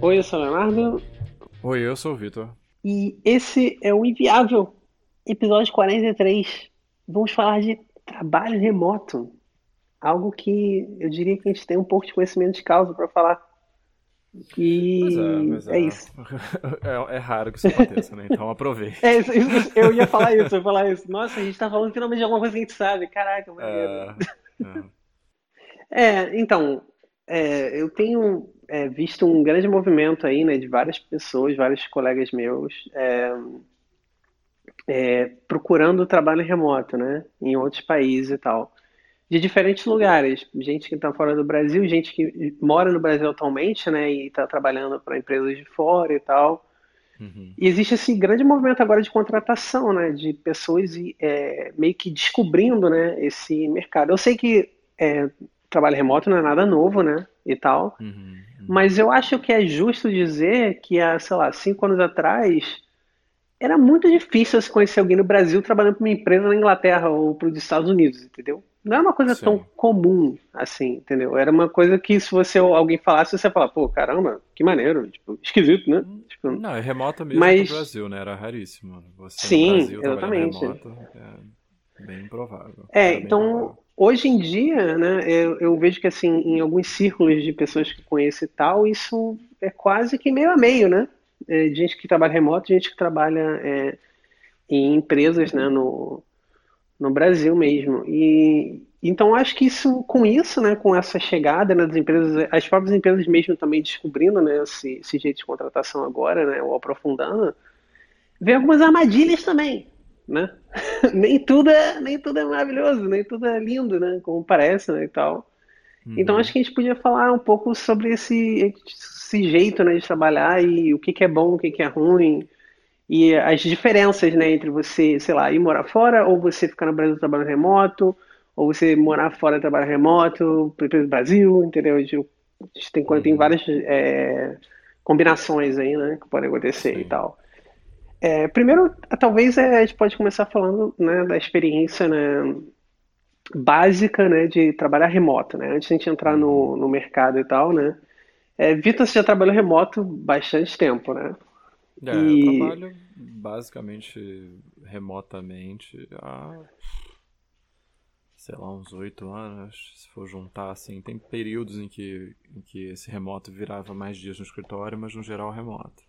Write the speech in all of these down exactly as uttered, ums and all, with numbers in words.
Oi, eu sou o Leonardo Oi, eu sou o Vitor. e esse é o Inviável, episódio quarenta e três. Vamos falar de trabalho remoto, algo que eu diria que a gente tem um pouco de conhecimento de causa para falar. Pois é, E pois é é. isso. É, é raro que isso aconteça, né? Então É aproveite. isso, isso- isso- eu ia falar isso, eu ia falar isso. Nossa, a gente tá falando finalmente de alguma coisa que a gente sabe. Caraca, maneiro. É, é. É, então, é, eu tenho é, visto um grande movimento aí, né, de várias pessoas, vários colegas meus, é, é, procurando trabalho remoto, né, em outros países e tal, de diferentes lugares. Gente que está fora do Brasil, gente que mora no Brasil atualmente, né, e está trabalhando para empresas de fora e tal. Uhum. E existe esse grande movimento agora de contratação, né, de pessoas é, meio que descobrindo, né, esse mercado. Eu sei que é, trabalho remoto não é nada novo, né, e tal, Uhum. Uhum. mas eu acho que é justo dizer que há, sei lá, cinco anos atrás era muito difícil se conhecer alguém no Brasil trabalhando para uma empresa na Inglaterra ou para os Estados Unidos, entendeu? Não era uma coisa tão Sim. comum assim, entendeu? Era uma coisa que se você alguém falasse, você ia falar, pô, caramba, que maneiro, tipo, esquisito, né? Hum, Tipo, Não, é remota mesmo pro mas Brasil, né? Era raríssimo. Você no sim, Brasil trabalhando exatamente. remoto é bem improvável. É, Era bem então improvável. hoje em dia, né, eu, eu vejo que assim, em alguns círculos de pessoas que conheço e tal, isso é quase que meio a meio, né? É, gente que trabalha remoto, gente que trabalha é, em empresas, né, no, no Brasil mesmo. E então acho que isso, com isso, né, com essa chegada, né, das empresas, as próprias empresas mesmo também descobrindo, né, esse, esse jeito de contratação agora, né, ou aprofundando, vem algumas armadilhas também, né? nem tudo é, nem tudo é maravilhoso, nem tudo é lindo, né, como parece, né, e tal. Então acho Uhum. que a gente podia falar um pouco sobre esse, esse jeito, né, de trabalhar e o que que é bom, o que que é ruim, e as diferenças, né, entre você, sei lá, ir morar fora, ou você ficar no Brasil trabalhando remoto, ou você morar fora e trabalhar remoto, para o Brasil, entendeu? A gente tem, tem Uhum. várias é, combinações aí, né, que podem acontecer e Sim. tal. É, primeiro, talvez é, a gente pode começar falando, né, da experiência, né, básica, né, de trabalhar remoto, né, antes de a gente entrar Uhum. no, no mercado e tal, né. É, Vitor, você já trabalhou remoto bastante tempo, né? É, eu E trabalho basicamente remotamente há sei lá, uns oito anos, se for juntar, assim. Tem períodos em que, em que esse remoto virava mais dias no escritório, mas no geral remoto.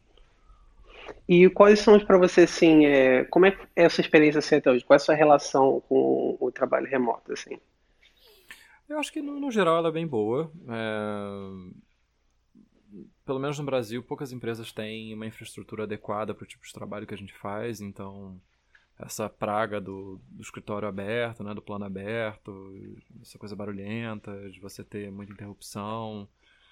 E quais são para você, assim, é, como é que é essa experiência assim, até hoje? Qual é a sua relação com o trabalho remoto, assim? Eu acho que no, no geral ela é bem boa. É, pelo menos no Brasil, poucas empresas têm uma infraestrutura adequada para o tipo de trabalho que a gente faz, então essa praga do, do escritório aberto, né, do plano aberto, essa coisa barulhenta, de você ter muita interrupção,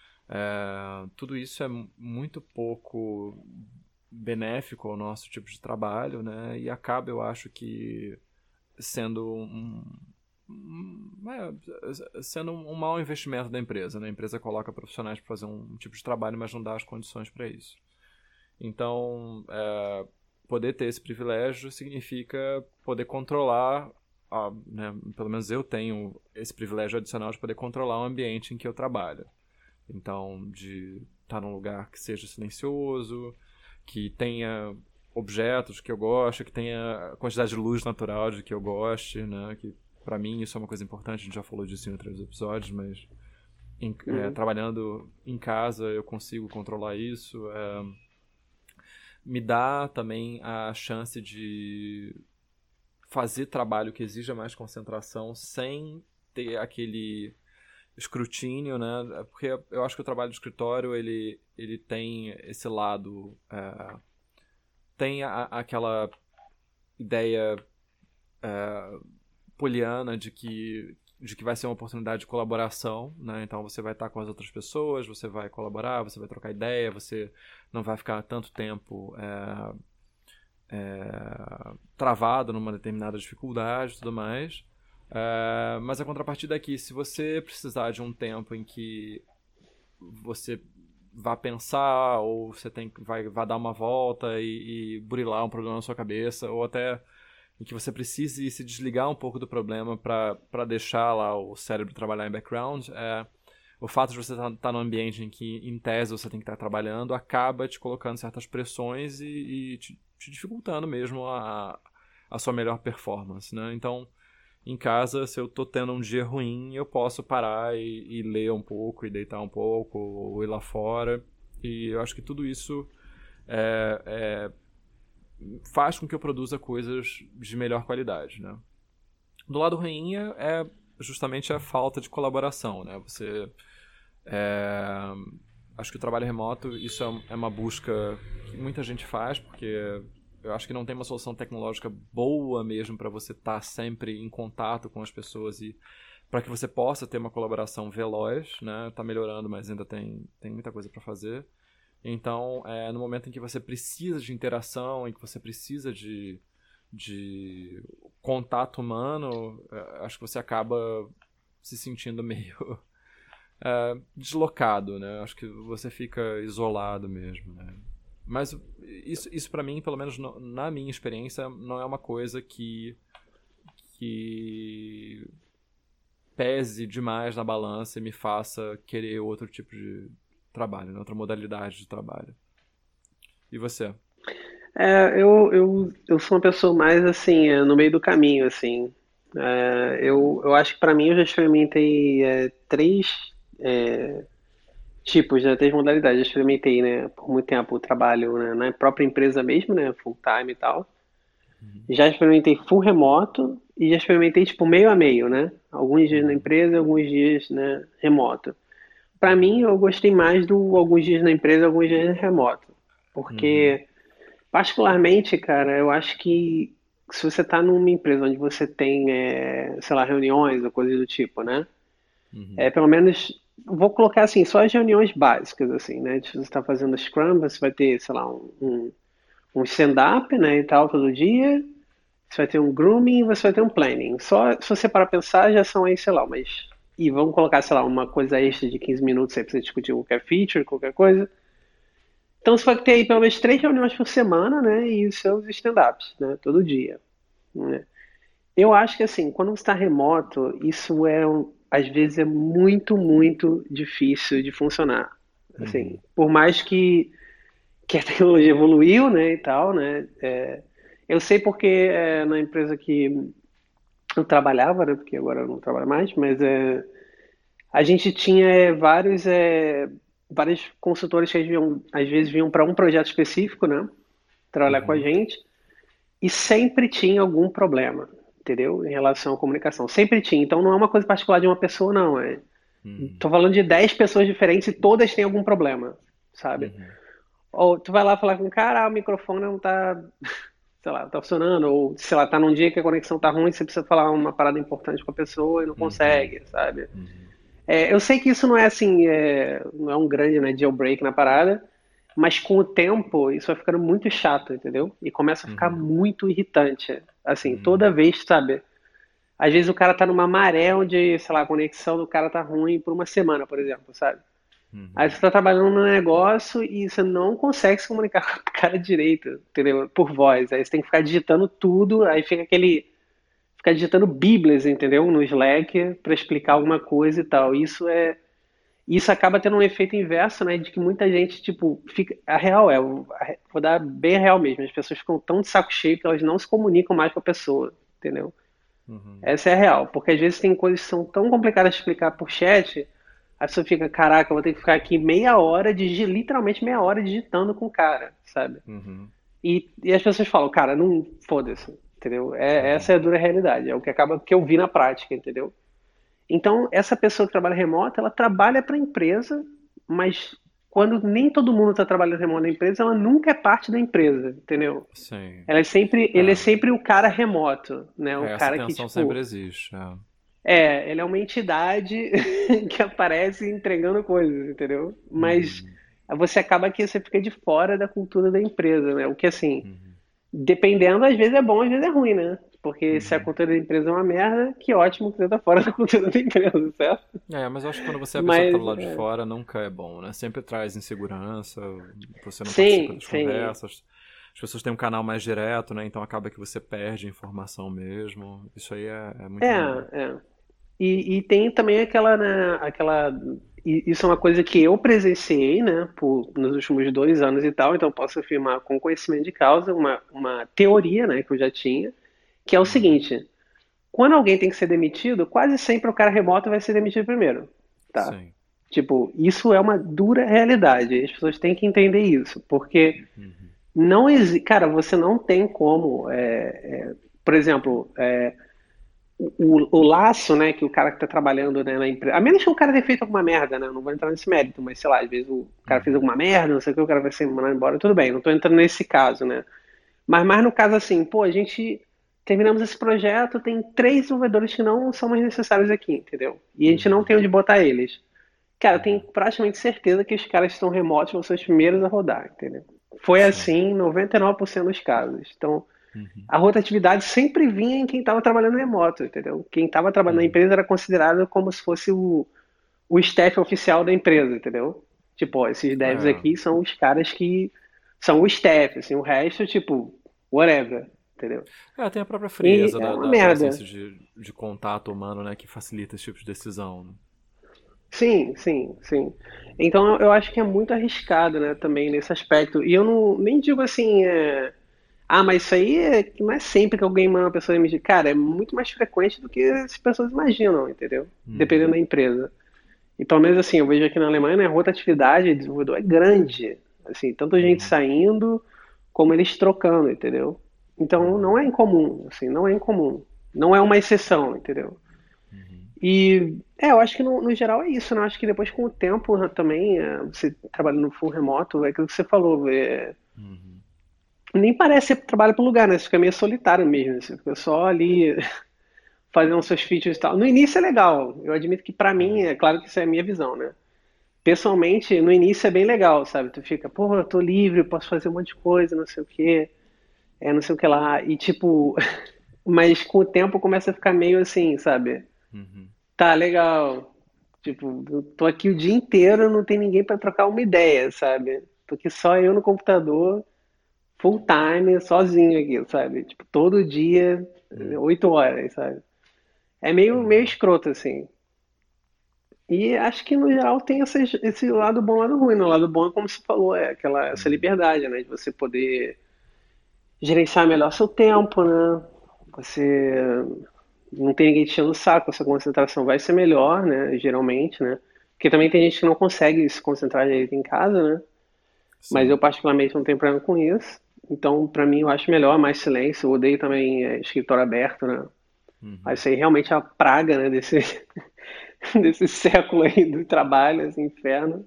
é, tudo isso é muito pouco benéfico ao nosso tipo de trabalho, né? E acaba, eu acho que sendo um, um é, sendo um mau investimento da empresa, né? A empresa coloca profissionais para fazer um tipo de trabalho, mas não dá as condições para isso. Então, é, poder ter esse privilégio significa poder controlar, a, né? Pelo menos eu tenho esse privilégio adicional de poder controlar o ambiente em que eu trabalho. Então, de estar num lugar que seja silencioso, que tenha objetos que eu goste, que tenha a quantidade de luz natural de que eu goste, né? Que para mim isso é uma coisa importante, a gente já falou disso em outros episódios, mas em, é, Uhum. trabalhando em casa eu consigo controlar isso. É, me dá também a chance de fazer trabalho que exija mais concentração sem ter aquele escrutínio, né? Porque eu acho que o trabalho de escritório ele, ele tem esse lado, é, tem a, aquela ideia é, poliana de que de que vai ser uma oportunidade de colaboração, né? Então você vai estar com as outras pessoas, você vai colaborar, você vai trocar ideia, você não vai ficar tanto tempo é, é, travado numa determinada dificuldade e tudo mais. É, mas a contrapartida é que se você precisar de um tempo em que você vá pensar ou você tem, vai, vai dar uma volta e, e burilar um problema na sua cabeça, ou até em que você precise se desligar um pouco do problema para deixar lá o cérebro trabalhar em background, é, o fato de você estar tá, tá num ambiente em que, em tese, você tem que estar trabalhando, acaba te colocando certas pressões e, e te, te dificultando mesmo a, a sua melhor performance, né? Então, em casa, se eu tô tendo um dia ruim, eu posso parar e, e ler um pouco, e deitar um pouco, ou ir lá fora. E eu acho que tudo isso é, é, faz com que eu produza coisas de melhor qualidade, né? Do lado ruim é justamente a falta de colaboração, né? Você... É, acho que o trabalho remoto, isso é uma busca que muita gente faz, porque eu acho que não tem uma solução tecnológica boa mesmo para você estar sempre em contato com as pessoas e para que você possa ter uma colaboração veloz, né? Tá melhorando, mas ainda tem, tem muita coisa para fazer. Então, é, no momento em que você precisa de interação, em que você precisa de, de contato humano, é, acho que você acaba se sentindo meio... É, deslocado, né? Acho que você fica isolado mesmo, né? Mas isso, isso para mim, pelo menos no, na minha experiência, não é uma coisa que, que pese demais na balança e me faça querer outro tipo de trabalho, né? Outra modalidade de trabalho. E você? É, eu, eu, eu sou uma pessoa mais assim, é, no meio do caminho, assim. É, eu, eu acho que para mim eu já experimentei é, três é, tipos, né? Três modalidades. Eu experimentei, né, por muito tempo o trabalho, né, na própria empresa mesmo, né, full time e tal. Uhum. Já experimentei full remoto e já experimentei tipo meio a meio, né? Alguns dias na Uhum. empresa, alguns dias, né, remoto. Para Uhum. mim, eu gostei mais do alguns dias na empresa, alguns dias remoto, Uhum. porque particularmente, cara, eu acho que se você está numa empresa onde você tem, é, sei lá, reuniões ou coisas do tipo, né? É, Uhum. pelo menos, vou colocar assim, só as reuniões básicas, assim, né? Se você está fazendo Scrum, você vai ter, sei lá, um, um, um stand-up, né, e tal, todo dia. Você vai ter um grooming, você vai ter um planning. Só se você parar pra pensar, já são aí, sei lá, mas... E vamos colocar, sei lá, uma coisa extra de quinze minutos aí pra você discutir qualquer feature, qualquer coisa. Então você vai ter aí pelo menos três reuniões por semana, né? E os seus stand-ups, né? Todo dia, né? Eu acho que assim, quando você está remoto, isso é um, às vezes é muito, muito difícil de funcionar. Assim, Uhum. por mais que, que a tecnologia evoluiu, né, e tal, né? É, eu sei porque é, na empresa que eu trabalhava, né? Porque agora eu não trabalho mais, mas é, a gente tinha é, vários, é, vários consultores que às, vinham, às vezes vinham para um projeto específico, né? Trabalhar com a Uhum. gente. E sempre tinha algum problema, entendeu? Em relação à comunicação. Sempre tinha. Então não é uma coisa particular de uma pessoa, não. É... Uhum. Tô falando de dez pessoas diferentes e todas têm algum problema, sabe? Uhum. Ou tu vai lá falar com o cara, ah, o microfone não tá, sei lá, tá funcionando, ou sei lá, tá num dia que a conexão tá ruim, você precisa falar uma parada importante com a pessoa e não Uhum. consegue, sabe? Uhum. É, eu sei que isso não é assim, é, não é um grande, né, jailbreak na parada, mas com o tempo isso vai ficando muito chato, entendeu? E começa a ficar Uhum. muito irritante. Assim, toda Uhum. vez, sabe? Às vezes o cara tá numa maré onde, sei lá, a conexão do cara tá ruim por uma semana, por exemplo, sabe? Aí Uhum. você tá trabalhando no negócio e você não consegue se comunicar com o cara direito, entendeu? Por voz. Aí você tem que ficar digitando tudo, aí fica aquele ficar digitando bíblias, entendeu? No Slack para explicar alguma coisa e tal. Isso é isso acaba tendo um efeito inverso, né? De que muita gente, tipo, fica. A real é, vou dar bem a real mesmo. As pessoas ficam tão de saco cheio que elas não se comunicam mais com a pessoa, entendeu? Uhum. Essa é a real. Porque às vezes tem coisas que são tão complicadas de explicar por chat, a pessoa fica, caraca, eu vou ter que ficar aqui meia hora, digi- literalmente meia hora digitando com o cara, sabe? Uhum. E, e as pessoas falam, cara, não foda-se, entendeu? É, essa Uhum. é a dura realidade. É o que acaba que eu vi na prática, entendeu? Então, essa pessoa que trabalha remoto, ela trabalha para a empresa, mas quando nem todo mundo está trabalhando remoto na empresa, ela nunca é parte da empresa, entendeu? Sim. Ela é sempre, ele é É, sempre o cara remoto, né? O é, essa cara que, tensão sempre tipo, existe. É. é, ele é uma entidade que aparece entregando coisas, entendeu? Mas Uhum. você acaba que você fica de fora da cultura da empresa, né? O que, assim, Uhum. dependendo, às vezes é bom, às vezes é ruim, né? Porque se a Uhum. cultura da empresa é uma merda, que ótimo que você tá fora da cultura da empresa, certo? É, mas eu acho que quando você é a pessoa que tá Mas, do lado de é, fora, nunca é bom, né? Sempre traz insegurança, você não participa sim, das sim. conversas, as pessoas têm um canal mais direto, né? Então acaba que você perde a informação mesmo. Isso aí é, é muito É, ruim. é. E, e tem também aquela, né, aquela. e isso é uma coisa que eu presenciei, né, por, nos últimos dois anos e tal, então eu posso afirmar com conhecimento de causa uma, uma teoria, né, que eu já tinha, que é o Uhum. seguinte: quando alguém tem que ser demitido, quase sempre o cara remoto vai ser demitido primeiro, tá? Sim. Tipo, isso é uma dura realidade. As pessoas têm que entender isso, porque Uhum. não existe, cara, você não tem como, é, é, por exemplo, é, o, o laço, né, que o cara que tá trabalhando, né, na empresa, a menos que o cara tenha feito alguma merda, né, não vou entrar nesse mérito, mas sei lá, às vezes o cara fez Uhum. alguma merda, não sei o que, o cara vai ser mandado embora, tudo bem, não tô entrando nesse caso, né, mas mais no caso assim, pô, a gente terminamos esse projeto, tem três desenvolvedores que não são mais necessários aqui, entendeu? E a gente não Uhum. tem onde botar eles. Cara, eu tenho Uhum. praticamente certeza que os caras que estão remotos vão ser os primeiros a rodar, entendeu? Foi Sim. assim em noventa e nove por cento dos casos. Então, Uhum. a rotatividade sempre vinha em quem estava trabalhando remoto, entendeu? Quem estava trabalhando na Uhum. empresa era considerado como se fosse o, o staff oficial da empresa, entendeu? Tipo, ó, esses devs É, aqui são os caras que são o staff, assim, o resto, tipo, whatever, entendeu? é, tem a própria E frieza é da, uma da, da merda. ausência de, de contato humano, né, que facilita esse tipo de decisão. Né? Sim, sim, sim. Então eu acho que é muito arriscado, né, também nesse aspecto. E eu não nem digo assim, é, ah, mas isso aí é, não é sempre que alguém manda uma pessoa emitir. Cara, é muito mais frequente do que as pessoas imaginam, entendeu? Uhum. Dependendo da empresa. E pelo menos assim, eu vejo aqui na Alemanha, né, a rotatividade de desenvolvedor é grande. Assim, tanto gente Uhum. saindo como eles trocando, entendeu? Então Uhum. não é incomum, assim, não é incomum. Não é uma exceção, entendeu? Uhum. E é, eu acho que no, no geral é isso, né? Eu acho que depois com o tempo né, também, é, você trabalhando no full remoto, é aquilo que você falou, é, Uhum. nem parece que você trabalha para lugar, né? Você fica meio solitário mesmo, você fica só ali fazendo seus features e tal. No início é legal, eu admito que pra mim, Uhum. é claro que isso é a minha visão, né? Pessoalmente, no início é bem legal, sabe? Tu fica, pô, eu tô livre, posso fazer um monte de coisa, não sei o quê, é, não sei o que lá. E tipo, mas com o tempo começa a ficar meio assim, sabe? Uhum. Tá, legal. Tipo, eu tô aqui o dia inteiro, não tem ninguém pra trocar uma ideia, sabe? Tô aqui só eu no computador, full time, sozinho aqui, sabe? Tipo, todo dia, Uhum. oito horas, sabe? É meio, meio Uhum. escroto, assim. E acho que no geral tem essas- esse lado bom e lado ruim. No lado bom, como você falou, é aquela essa Uhum. liberdade, né? De você poder gerenciar melhor seu tempo, né? Você não tem ninguém te enchendo o saco, a sua concentração vai ser melhor, né? Geralmente, né? Porque também tem gente que não consegue se concentrar direito em casa, né? Mas eu Sim. particularmente não tenho problema com isso. Então, pra mim, eu acho melhor mais silêncio. Eu odeio também é, escritório aberto, né? Mas Uhum. isso aí realmente é a praga, né? Desse, desse século aí do trabalho, esse inferno.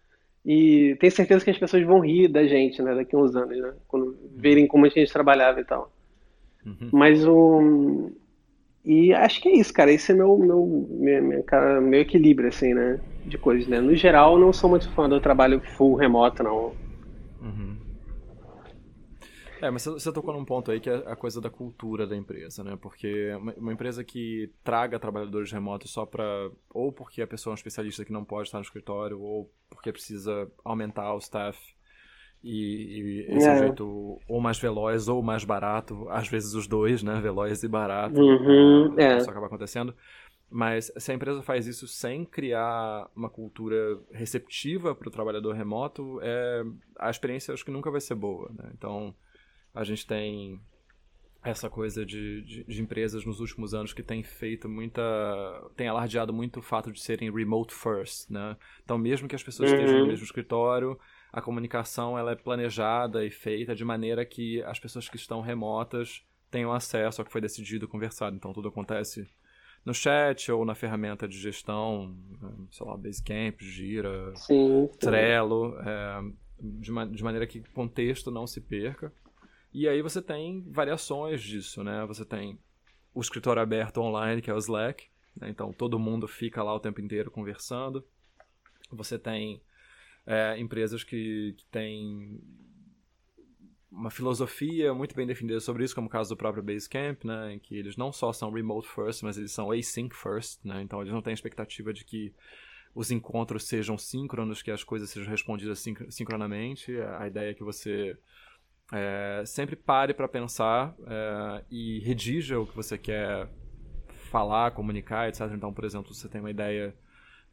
E tenho certeza que as pessoas vão rir da gente, né? Daqui a uns anos, né? Quando verem Uhum. como a gente trabalhava e tal. Uhum. Mas o, e acho que é isso, cara. Esse é meu, meu, minha, minha, cara, meu equilíbrio, assim, né? De coisas, né? No geral, não sou muito fã do trabalho full remoto, não. Uhum. É, mas você você tocou num ponto aí que é a coisa da cultura da empresa, né? Porque uma, uma empresa que traga trabalhadores remotos só para ou porque a pessoa é um especialista que não pode estar no escritório, ou porque precisa aumentar o staff, e, e esse é o É. jeito ou mais veloz ou mais barato, às vezes os dois, né? Veloz e barato, Uhum, é, isso é. acaba acontecendo. Mas se a empresa faz isso sem criar uma cultura receptiva para o trabalhador remoto, é, a experiência acho que nunca vai ser boa, né? Então a gente tem essa coisa de, de, de empresas nos últimos anos que tem feito muita. Tem alardeado muito o fato de serem remote first, né? Então, mesmo que as pessoas estejam no Uhum. mesmo escritório, a comunicação ela é planejada e feita de maneira que as pessoas que estão remotas tenham acesso ao que foi decidido e conversado. Então, tudo acontece no chat ou na ferramenta de gestão, sei lá, Basecamp, Gira, Sim, sim. Trello, é, de, ma de maneira que o contexto não se perca. E aí você tem variações disso, né? Você tem o escritório aberto online, que é o Slack, né? Então todo mundo fica lá o tempo inteiro conversando. Você tem é, empresas que, que têm uma filosofia muito bem definida sobre isso, como o caso do próprio Basecamp, né? Em que eles não só são remote first, mas eles são async first, né? Então eles não têm expectativa de que os encontros sejam síncronos, que as coisas sejam respondidas sincr sincronamente. A ideia é que você é, sempre pare para pensar é, e redija o que você quer falar, comunicar, etcétera. Então, por exemplo, você tem uma ideia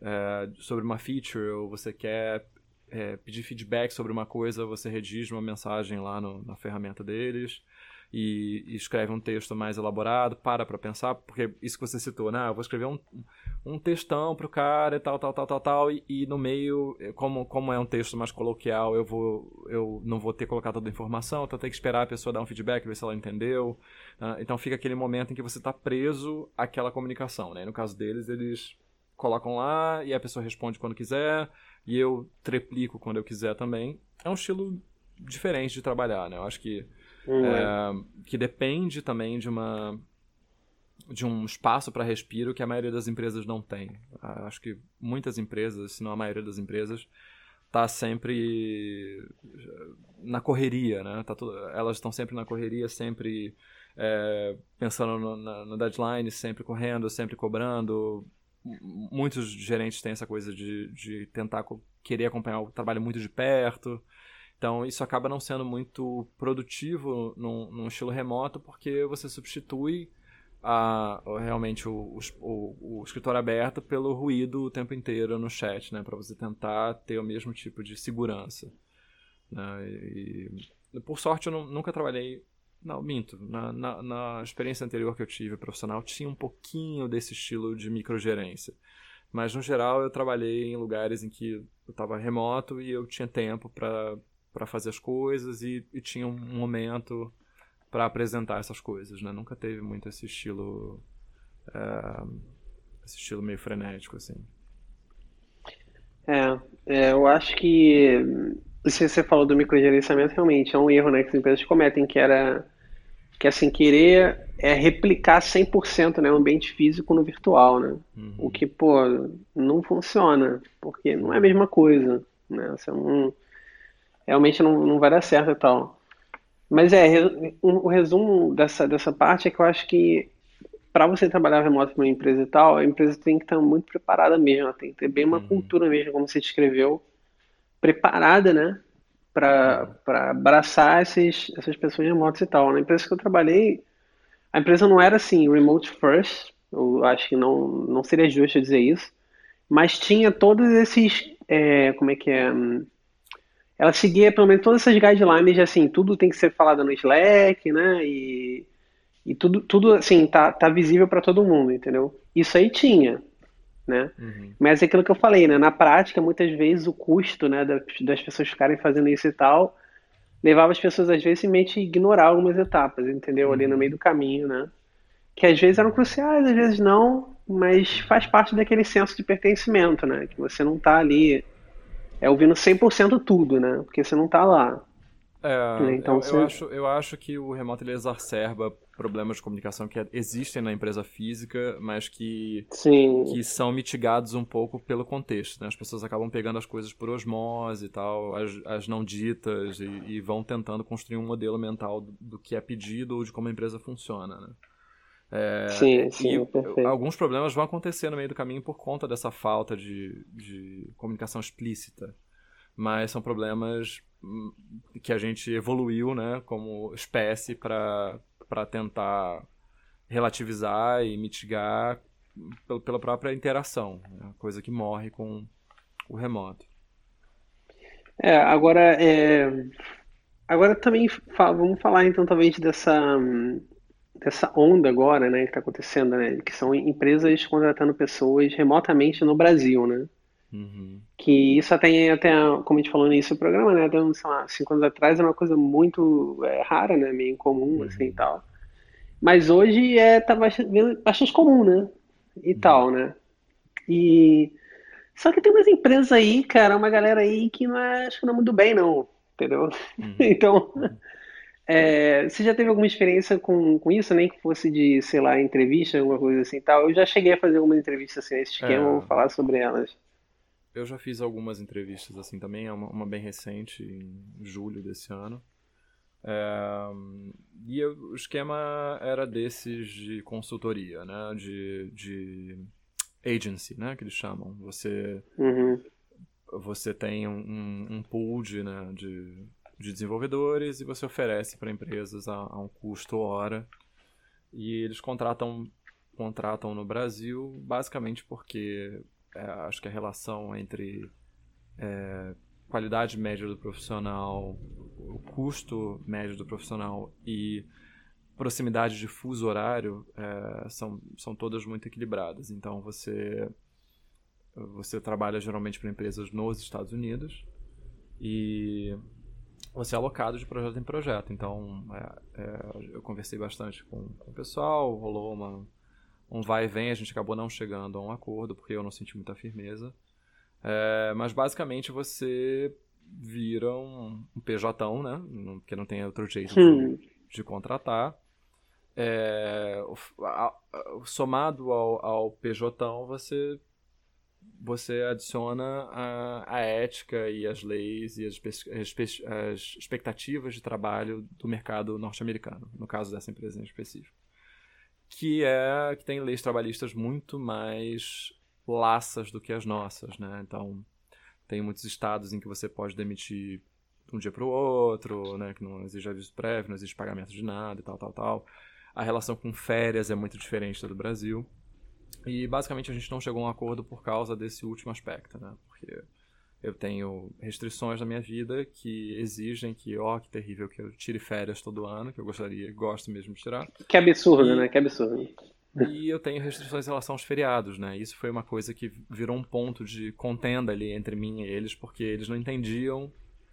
é, sobre uma feature, ou você quer é, pedir feedback sobre uma coisa, você redige uma mensagem lá no, na ferramenta deles e, e escreve um texto mais elaborado, para para pensar, porque isso que você citou, né? Eu vou escrever um, um textão pro cara e tal, tal, tal, tal, tal, e, e no meio, como, como é um texto mais coloquial, eu, vou, eu não vou ter colocado toda a informação, então tem que esperar a pessoa dar um feedback, ver se ela entendeu. Uh, então fica aquele momento em que você está preso àquela comunicação, né? No caso deles, eles colocam lá e a pessoa responde quando quiser, e eu triplico quando eu quiser também. É um estilo diferente de trabalhar, né? Eu acho que Hum, é. é, que depende também de uma de um espaço para respiro que a maioria das empresas não tem. Acho que muitas empresas, se não a maioria das empresas, tá sempre na correria, né? Tá tudo, elas estão sempre na correria, sempre é, pensando no, na, no deadline, sempre correndo, sempre cobrando. Muitos gerentes têm essa coisa de, de tentar querer acompanhar o trabalho muito de perto. Então, isso acaba não sendo muito produtivo num, num estilo remoto, porque você substitui a, realmente o, o, o escritório aberto pelo ruído o tempo inteiro no chat, né? Para você tentar ter o mesmo tipo de segurança. Né? E, por sorte, eu não, nunca trabalhei... Não, minto. Na, na, na experiência anterior que eu tive profissional, tinha um pouquinho desse estilo de microgerência. Mas, no geral, eu trabalhei em lugares em que eu estava remoto e eu tinha tempo para para fazer as coisas e, e tinha um momento para apresentar essas coisas, né? Nunca teve muito esse estilo é, esse estilo meio frenético, assim. É, é, eu acho que se você falou do microgerenciamento, realmente é um erro, né, que as empresas cometem, que era que assim, querer é replicar cem por cento, né, o ambiente físico no virtual, né? O Uhum, que, pô, não funciona, porque não é a uhum, mesma coisa, né? Você não, realmente não, não vai dar certo e tal. Mas é, re- o o resumo dessa, dessa parte é que eu acho que para você trabalhar remoto para uma empresa e tal, a empresa tem que estar muito preparada mesmo, ela tem que ter bem uma uhum, cultura mesmo, como você descreveu, preparada, né, para uhum, para abraçar esses, essas pessoas remotas e tal. Na empresa que eu trabalhei, a empresa não era assim, remote first, eu acho que não, não seria justo dizer isso, mas tinha todos esses, é, como é que é, hum, ela seguia pelo menos todas essas guidelines de assim, tudo tem que ser falado no Slack, né, e e tudo, tudo assim, tá, tá visível para todo mundo, entendeu? Isso aí tinha, né? uhum, Mas é aquilo que eu falei, né? Na prática, muitas vezes o custo, né, das, das pessoas ficarem fazendo isso e tal, levava as pessoas às vezes simplesmente a ignorar algumas etapas, entendeu? Ali no meio uhum, do caminho, né? Que às vezes eram uhum, cruciais, às vezes não, mas faz uhum. parte daquele senso de pertencimento, né? Que você não tá ali é ouvindo cem por cento tudo, né? Porque você não tá lá, né? É, Então eu, eu você, acho, eu acho que o remoto ele exacerba problemas de comunicação que existem na empresa física, mas que sim, que são mitigados um pouco pelo contexto, né? As pessoas acabam pegando as coisas por osmose e tal, as, as não ditas, e, e vão tentando construir um modelo mental do, do que é pedido ou de como a empresa funciona, né? sim, É, e, sim, e perfeito. alguns problemas vão acontecer no meio do caminho por conta dessa falta de, de comunicação explícita, mas são problemas hum, que a gente evoluiu, né, como espécie para para tentar relativizar e mitigar pela pela própria interação, né? Coisa que morre com o remoto. É, agora, é, agora também fa- vamos falar então talvez dessa, hum, dessa onda agora, né, que está acontecendo, né, que são empresas contratando pessoas remotamente no Brasil, né? Uhum, Que isso até, até como a gente falou no início do programa, né, até uns, sei lá, cinco anos atrás era uma coisa muito é, rara, né, meio incomum, assim, e uhum, tal. Mas hoje é, tá bastante, bastante comum, né, e uhum, tal, né. E só que tem umas empresas aí, cara, uma galera aí que não é, acho que não é muito bem, não, entendeu? uhum, Então, uhum. é, você já teve alguma experiência com, com isso, nem que fosse de, sei lá, entrevista, alguma coisa assim e tal? Eu já cheguei a fazer algumas entrevistas assim nesse esquema, vou É, falar sobre elas. eu já fiz algumas entrevistas assim também, é uma, uma bem recente, em julho desse ano. É, e eu- o esquema era desses de consultoria, né? De, de agency, né? Que eles chamam. Você, Uhum. você tem um, um, um pool de, né? de, de desenvolvedores e você oferece para empresas a, a um custo hora. E eles contratam, contratam no Brasil basicamente porque é, acho que a relação entre é, qualidade média do profissional, o custo médio do profissional e proximidade de fuso horário é, são, são todas muito equilibradas. Então você, você trabalha geralmente para empresas nos Estados Unidos e você é alocado de projeto em projeto. Então é, é, eu conversei bastante com, com o pessoal, rolou uma, um vai e vem, a gente acabou não chegando a um acordo porque eu não senti muita firmeza. É, mas basicamente você vira um, um P J, né? Porque não tem outro jeito de, de contratar. É, a, a, somado ao, ao P J, você, você adiciona a, a ética e as leis e as, as, as expectativas de trabalho do mercado norte-americano, no caso dessa empresa em específico. Que, é, que tem leis trabalhistas muito mais laças do que as nossas, né? Então, tem muitos estados em que você pode demitir de um dia para o outro, né? Que não exige aviso prévio, não exige pagamento de nada e tal, tal, tal. A relação com férias é muito diferente da do Brasil. E, basicamente, a gente não chegou a um acordo por causa desse último aspecto, né? Porque eu tenho restrições na minha vida que exigem que, ó, que terrível que eu tire férias todo ano, que eu gostaria, gosto mesmo de tirar. Que absurdo, e... né? Que absurdo. E eu tenho restrições em relação aos feriados, né? Isso foi uma coisa que virou um ponto de contenda ali entre mim e eles, porque eles não entendiam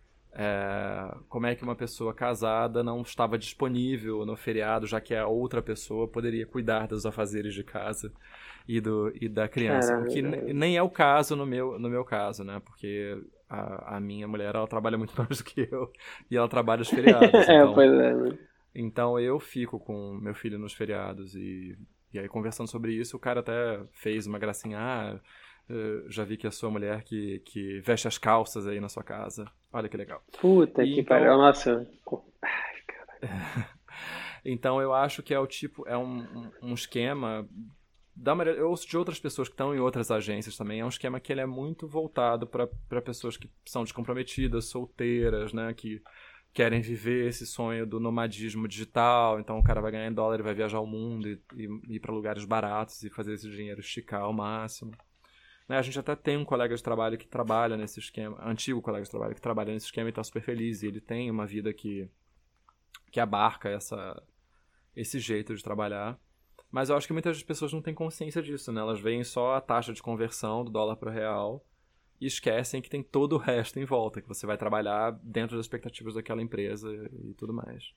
é, como é que uma pessoa casada não estava disponível no feriado, já que a outra pessoa poderia cuidar dos afazeres de casa e, do, e da criança. Caramba. O que nem é o caso no meu, no meu caso, né? Porque a, a minha mulher, ela trabalha muito mais do que eu e ela trabalha os feriados. Então, é, pois é, né? Então eu fico com meu filho nos feriados e... E aí, conversando sobre isso, o cara até fez uma gracinha. Ah, já vi que é a sua mulher que, que veste as calças aí na sua casa. Olha que legal. Puta e que então... pariu. Nossa. Ai, cara. Então, eu acho que é o tipo... É um, um esquema... Da maneira, eu ouço de outras pessoas que estão em outras agências também. É um esquema que ele é muito voltado para pessoas que são descomprometidas, solteiras, né? Que... querem viver esse sonho do nomadismo digital, então o cara vai ganhar em dólar e vai viajar ao mundo e, e, e ir para lugares baratos e fazer esse dinheiro esticar ao máximo. Né, a gente até tem um colega de trabalho que trabalha nesse esquema, antigo colega de trabalho que trabalha nesse esquema e está super feliz, e ele tem uma vida que, que abarca essa, esse jeito de trabalhar. Mas eu acho que muitas pessoas não têm consciência disso, né? Elas veem só a taxa de conversão do dólar para o real e esquecem que tem todo o resto em volta, que você vai trabalhar dentro das expectativas daquela empresa e tudo mais.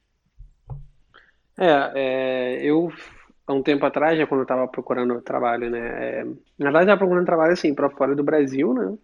É, é, eu, há um tempo atrás, já quando eu estava procurando trabalho, né? É, na verdade, eu estava procurando trabalho, assim, para fora do Brasil, né?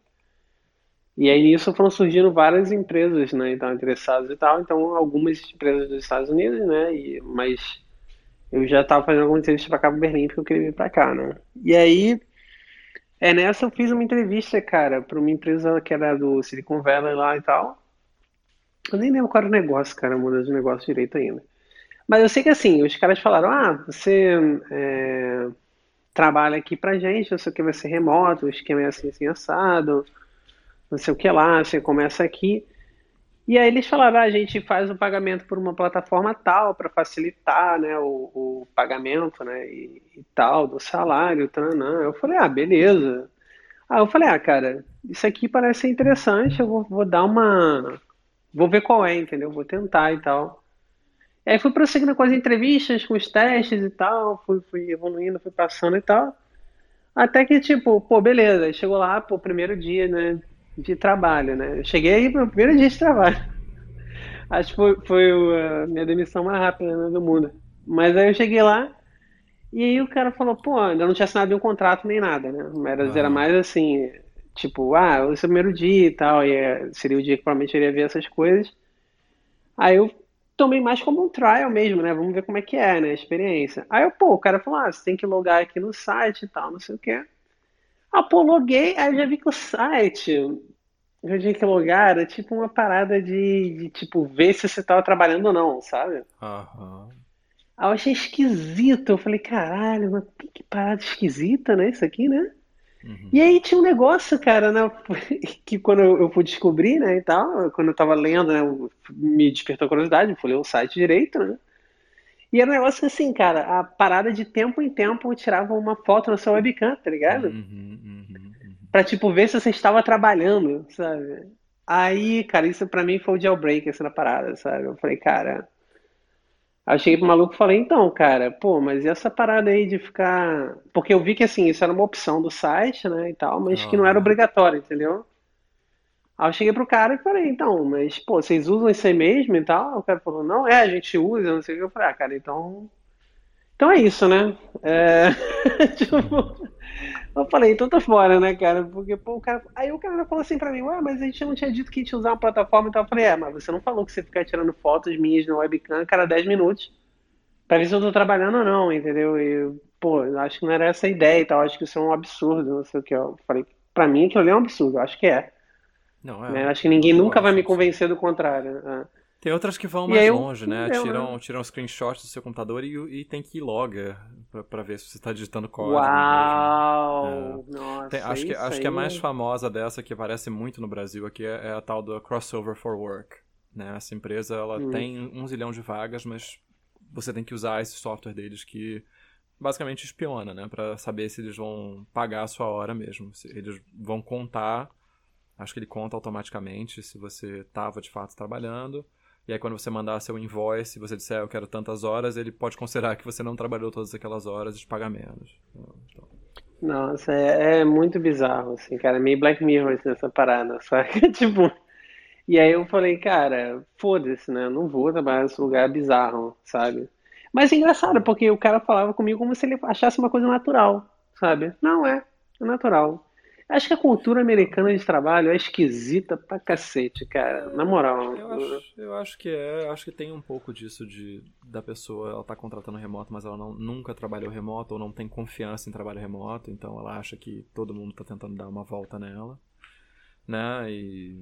E aí nisso foram surgindo várias empresas, né? Então, interessadas e tal. Então, algumas empresas dos Estados Unidos, né? E, mas eu já estava fazendo alguma entrevista para Cabo Berlim, porque eu queria vir para cá, né? E aí, é, nessa eu fiz uma entrevista, cara, para uma empresa que era do Silicon Valley lá e tal. Eu nem lembro qual era o negócio, cara, muda de negócio direito ainda. Mas eu sei que assim, os caras falaram, ah, você é, trabalha aqui pra gente, não sei o que vai ser remoto, o esquema é assim, assim, assado, não sei o que lá, você começa aqui. E aí eles falaram, ah, a gente faz o pagamento por uma plataforma tal, para facilitar, né, o, o pagamento, né, e, e tal, do salário, tanã. Eu falei, ah, beleza. Ah, eu falei, ah, cara, isso aqui parece ser interessante, eu vou, vou dar uma... Vou ver qual é, entendeu? Vou tentar e tal. E aí fui prosseguindo com as entrevistas, com os testes e tal, fui, fui evoluindo, fui passando e tal. Até que, tipo, pô, beleza. Aí chegou lá, pô, primeiro dia, né, de trabalho, né? Eu cheguei aí pro primeiro dia de trabalho. Acho que foi, foi o- a minha demissão mais rápida, né, do mundo. Mas aí eu cheguei lá e aí o cara falou, pô, ainda não tinha assinado nenhum contrato nem nada, né? Era, era Aham. mais assim, tipo, ah, esse é o primeiro dia e tal, e é, seria o dia que provavelmente eu iria ver essas coisas. Aí eu tomei mais como um trial mesmo, né? Vamos ver como é que é, né? A experiência. Aí eu, pô, o cara falou, ah, você tem que logar aqui no site e tal, não sei o quê. Ah, pô, loguei, aí eu já vi que o site, eu tinha que logar, era tipo uma parada de, de, tipo, ver se você tava trabalhando ou não, sabe? Aham. Aí eu achei esquisito, eu falei, caralho, mas que que parada esquisita, né, isso aqui, né? E Uhum. aí tinha um negócio, cara, né, que quando eu, eu fui descobrir, né, e tal, quando eu tava lendo, né, eu- me despertou a curiosidade, eu fui ler o site direito, né? E era um negócio que, assim, cara, a parada de tempo em tempo eu tirava uma foto na sua webcam, tá ligado? Uhum, uhum, pra, tipo, ver se você estava trabalhando, sabe? Aí, cara, isso pra mim foi o jailbreak, essa parada, sabe? Eu falei, cara. Aí eu cheguei pro maluco e falei, então, cara, pô, mas e essa parada aí de ficar. Porque eu vi que, assim, isso era uma opção do site, né, e tal, mas que não era Aham. obrigatório, entendeu? Aí eu cheguei pro cara e falei, então, mas, pô, vocês usam isso aí mesmo e tal? O cara falou, não, é, a gente usa, não sei o que. Eu falei, ah, cara, então. Então é isso, né? É. Tipo, Uhum. eu falei, então tô fora, né, cara? Porque, pô, o cara. Aí o cara falou assim pra mim, ué, mas a gente não tinha dito que ia te usar uma plataforma e tal. Eu falei, é, mas você não falou que você ficar tirando fotos minhas no webcam a cada dez minutos pra ver se eu tô trabalhando ou não, entendeu? E, pô, eu acho que não era essa a ideia e tal, acho que isso é um absurdo, não sei o que. Eu falei, pra mim aquilo ali é um absurdo, eu acho que é. Não, Né? é. Eu acho que Eu, ninguém eu nunca vai acho me absurdo. convencer do contrário. Né? Tem outras que vão E aí mais eu, longe, não né? deu, né? Tiram, tiram screenshots do seu computador e, e tem keylogger pra, pra ver se você está digitando código mesmo. É. Uau! Tem- Nossa, acho que, isso acho que a mais aí. famosa dessa que aparece muito no Brasil aqui é, é a tal do Crossover for Work. Né? Essa empresa ela Hum. tem um zilhão de vagas, mas você tem que usar esse software deles que basicamente espiona, né? Pra saber se eles vão pagar a sua hora mesmo. Se eles vão contar, acho que ele conta automaticamente se você estava de fato trabalhando. E aí quando você mandar seu invoice, se você disser eu quero tantas horas, ele pode considerar que você não trabalhou todas aquelas horas e te pagar menos. Então, Nossa, é, é muito bizarro, assim, cara. É meio Black Mirror assim, essa parada, saca? Tipo. E aí eu falei, cara, foda-se, né? Eu não vou trabalhar nesse lugar bizarro, sabe? Mas é engraçado, uhum. porque o cara falava comigo como se ele achasse uma coisa natural, sabe? Não é, é natural. Acho que a cultura americana de trabalho é esquisita pra cacete, cara. Na moral. Eu acho, eu acho que é, eu acho que tem um pouco disso de da pessoa, ela tá contratando remoto, mas ela não, nunca trabalhou remoto ou não tem confiança em trabalho remoto, então ela acha que todo mundo tá tentando dar uma volta nela, né? E,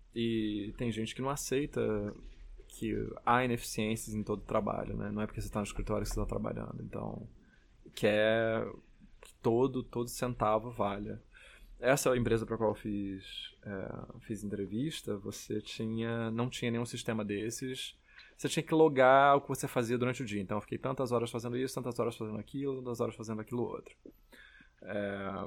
e tem gente que não aceita que há ineficiências em todo trabalho, né? Não é porque você tá no escritório que você tá trabalhando, então quer que todo todo centavo valha. Essa empresa para a qual eu fiz, é, fiz entrevista, você tinha, não tinha nenhum sistema desses. Você tinha que logar o que você fazia durante o dia. Então eu fiquei tantas horas fazendo isso, tantas horas fazendo aquilo, tantas horas fazendo aquilo outro. É,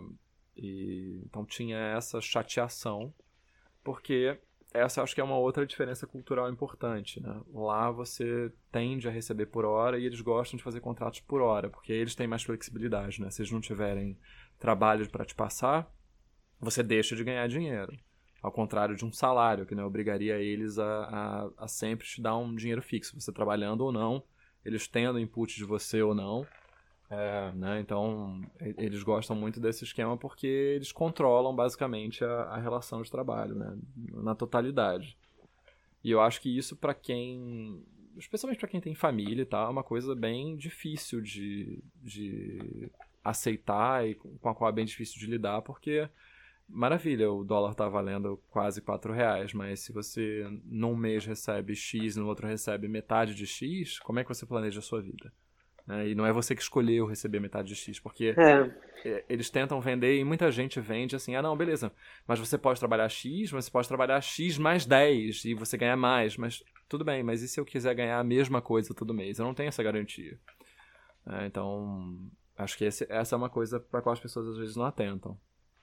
e, então tinha essa chateação, porque essa acho que é uma outra diferença cultural importante. Né? Lá você tende a receber por hora e eles gostam de fazer contratos por hora, porque eles têm mais flexibilidade. Né? Se eles não tiverem trabalho para te passar, você deixa de ganhar dinheiro. Ao contrário de um salário, que né, obrigaria eles a, a, a sempre te dar um dinheiro fixo. Você trabalhando ou não, eles tendo input de você ou não. É, né, então, eles gostam muito desse esquema porque eles controlam basicamente a, a relação de trabalho, né, na totalidade. E eu acho que isso para quem, especialmente para quem tem família e tal, é uma coisa bem difícil de, de aceitar e com a qual é bem difícil de lidar, porque maravilha, o dólar tá valendo quase quatro reais, mas se você num mês recebe X, no outro recebe metade de X, como é que você planeja a sua vida? Né? E não é você que escolheu receber metade de X, porque É, é, eles tentam vender e muita gente vende assim, ah não, beleza, mas você pode trabalhar X, mas você pode trabalhar X mais dez e você ganha mais, mas tudo bem, mas e se eu quiser ganhar a mesma coisa todo mês? Eu não tenho essa garantia. É, então, acho que esse, essa é uma coisa para qual as pessoas às vezes não atentam.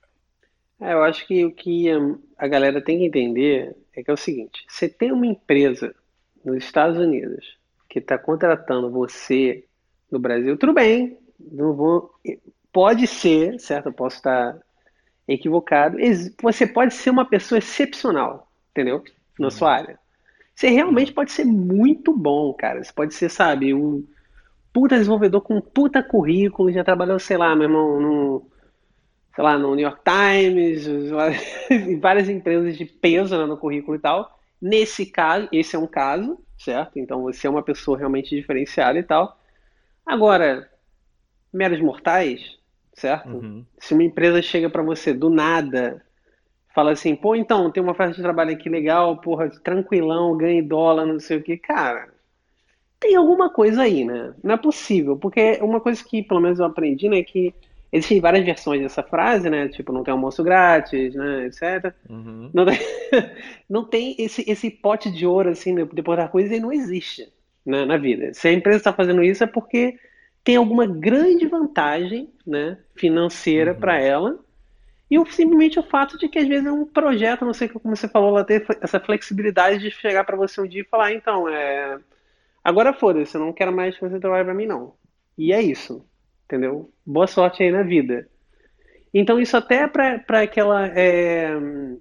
é, eu acho que o que hum, a galera tem que entender é que é o seguinte: você tem uma empresa nos Estados Unidos que está contratando você no Brasil, tudo bem, não vou, pode ser, certo? Eu posso estar equivocado. Ex- Você pode ser uma pessoa excepcional, entendeu? Na Uhum, sua área. Você realmente uhum, pode ser muito bom, cara. Você pode ser, sabe, um puta desenvolvedor com um puta currículo, já trabalhou, sei lá, meu irmão, no, sei lá, no New York Times, em várias empresas de peso, né, no currículo e tal. Nesse caso, esse é um caso, certo? Então você é uma pessoa realmente diferenciada e tal. Agora, meros mortais, certo? uhum. Se uma empresa chega para você do nada, fala assim, pô, então, tem uma oferta de trabalho aqui legal, porra, tranquilão, ganhe dólar, não sei o que, cara, tem alguma coisa aí, né? Não é possível, porque uma coisa que pelo menos eu aprendi, né, é que existem várias versões dessa frase, né? Tipo, não tem almoço grátis, né, etcétera. Uhum. Não tem, não tem esse, esse pote de ouro, assim, né, depois da coisa, e não existe, né, na vida. Se a empresa está fazendo isso é porque tem alguma grande vantagem, né, financeira para Uhum. ela, E o, simplesmente o fato de que às vezes é um projeto, não sei como você falou, ela ter essa flexibilidade de chegar para você um dia e falar, "Ah, então, é, agora foda-se, eu não quero mais que você trabalhe para mim, não. E é isso, entendeu? Boa sorte aí na vida. Então isso até para aquela é,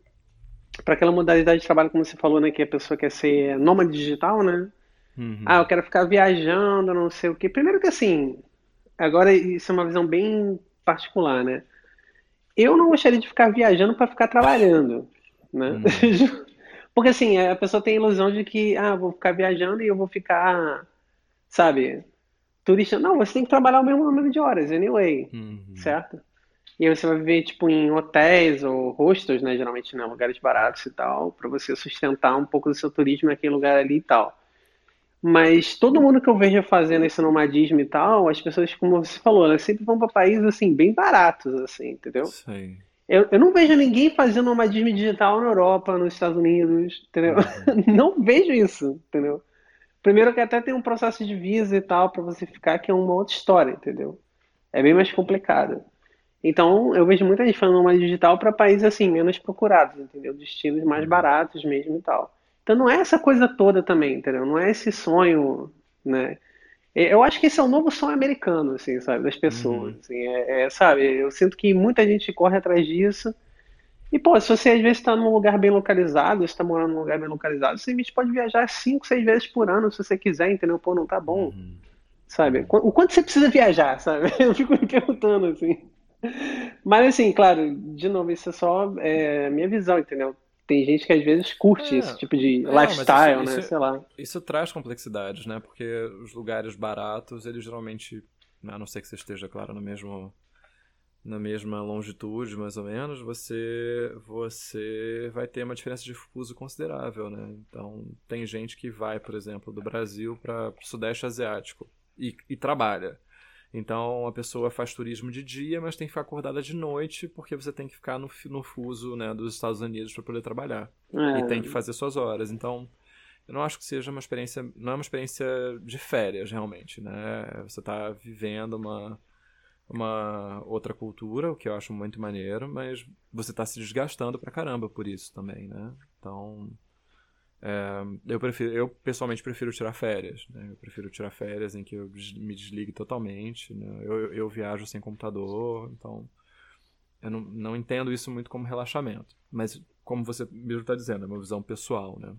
para aquela modalidade de trabalho, como você falou, né, que a pessoa quer ser nômade digital, né? Ah, eu Uhum. quero ficar viajando, não sei o quê. Primeiro que assim, agora isso é uma visão bem particular, né? Eu não gostaria de ficar viajando para ficar trabalhando, né? Uhum. Porque assim, a pessoa tem a ilusão de que, ah, vou ficar viajando e eu vou ficar, sabe, turista. Não, você tem que trabalhar o mesmo número de horas, anyway, Uhum. certo? E aí você vai viver, tipo, em hotéis ou hostels, né, geralmente, né, lugares baratos e tal, para você sustentar um pouco do seu turismo naquele lugar ali e tal. Mas todo mundo que eu vejo fazendo esse nomadismo e tal, as pessoas, como você falou, elas sempre vão para países, assim, bem baratos, assim, entendeu? Sei. Eu, eu não vejo ninguém fazendo nomadismo digital na Europa, nos Estados Unidos, entendeu? Uhum. Não vejo isso, entendeu? Primeiro que até tem um processo de visa e tal para você ficar, que é uma outra história, entendeu? É bem mais complicado. Então, eu vejo muita gente fazendo nômade digital para países assim, menos procurados, entendeu? Destinos mais Uhum. baratos mesmo e tal. Então não é essa coisa toda também, entendeu? Não é esse sonho, né? Eu acho que esse é o novo sonho americano, assim, sabe, das pessoas. Uhum. Assim, é, é, sabe, eu sinto que muita gente corre atrás disso. E, pô, se você às vezes está num lugar bem localizado, você está morando num lugar bem localizado, você simplesmente pode viajar cinco, seis vezes por ano, se você quiser, entendeu? Pô, não tá bom, Uhum. sabe? Uhum. Qu- O quanto você precisa viajar, sabe? Eu fico me perguntando, assim. Mas, assim, claro, de novo, isso é só é, minha visão, entendeu? Tem gente que às vezes curte esse tipo de É, não, mas isso, lifestyle, né? isso, Sei lá. isso traz complexidades, né? Porque os lugares baratos, eles geralmente, a não ser que você esteja, claro, no mesmo, na mesma longitude, mais ou menos, você, você vai ter uma diferença de fuso considerável, né? Então, tem gente que vai, por exemplo, do Brasil para o Sudeste Asiático e, e trabalha. Então a pessoa faz turismo de dia, mas tem que ficar acordada de noite porque você tem que ficar no, no fuso, né, dos Estados Unidos para poder trabalhar. E tem que É, fazer suas horas. Então eu não acho que seja uma experiência, não é uma experiência de férias realmente, né? Você está vivendo uma uma outra cultura, o que eu acho muito maneiro, mas você está se desgastando pra caramba por isso também, né? Então, eu prefiro, eu pessoalmente prefiro tirar férias, né? Eu prefiro tirar férias em que eu des- me desligue totalmente, né? Eu, eu, eu viajo sem computador, então eu não, não entendo isso muito como relaxamento. Mas como você mesmo está dizendo, é uma visão pessoal, né?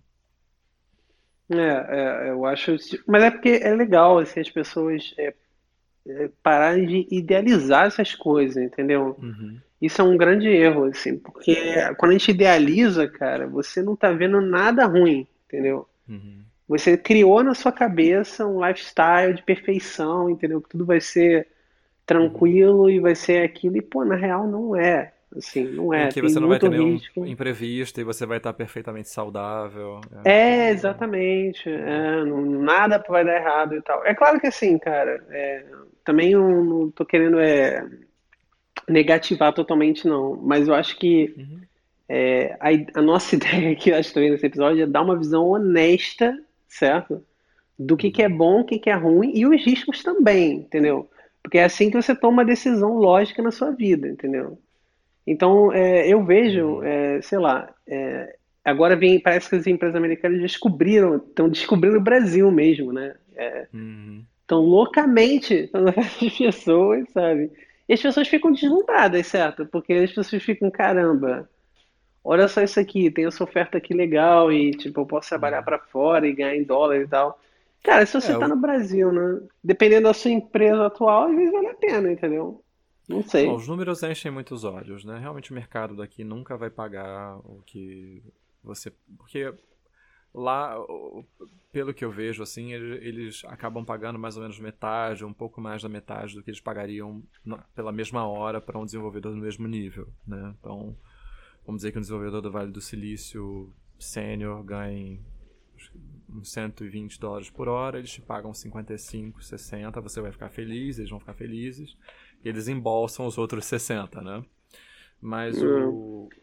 é, é, eu acho. Mas é porque é legal, assim, as pessoas é, pararem de idealizar essas coisas, entendeu? Uhum, Isso é um grande erro, assim, porque quando a gente idealiza, cara, você não tá vendo nada ruim, entendeu? uhum, Você criou na sua cabeça um lifestyle de perfeição, entendeu? Que tudo vai ser uhum. tranquilo e vai ser aquilo, e pô, na real não é, assim, não Em é, que tem você não vai ter muito nenhum risco. imprevisto e você vai estar perfeitamente saudável. É É, tudo. exatamente, é, não- nada vai dar errado e tal. É claro que assim, cara, é, também eu não tô querendo é, negativar totalmente não, mas eu acho que Uhum, é, a, a nossa ideia aqui, eu acho também nesse episódio, é dar uma visão honesta, certo? Do que que é uhum, bom, o que que é ruim e os riscos também, entendeu? Porque é assim que você toma uma decisão lógica na sua vida, entendeu? Então, é, eu vejo, uhum. é, sei lá, é, agora vem, parece que as empresas americanas descobriram, estão descobrindo o Brasil mesmo, né? Uhum. Estão loucamente falando as pessoas, sabe? E as pessoas ficam deslumbradas, certo? Porque as pessoas ficam, caramba, olha só isso aqui, tem essa oferta aqui legal e, tipo, eu posso trabalhar Uhum. para fora e ganhar em dólar e tal. Cara, se você É, tá no o- Brasil, né? Dependendo da sua empresa atual, às vezes vale a pena, entendeu? Não não, sei. os números enchem muitos olhos, né? Realmente o mercado daqui nunca vai pagar o que você. Porque lá, o- pelo que eu vejo, assim, ele- eles acabam pagando mais ou menos metade, um pouco mais da metade do que eles pagariam na- pela mesma hora para um desenvolvedor do mesmo nível, né? Então, vamos dizer que um desenvolvedor do Vale do Silício sênior ganhe acho que uns cento e vinte dólares por hora, eles te pagam cinquenta e cinco, sessenta, você vai ficar feliz, eles vão ficar felizes, e eles embolsam os outros sessenta, né? Mas Hum, o,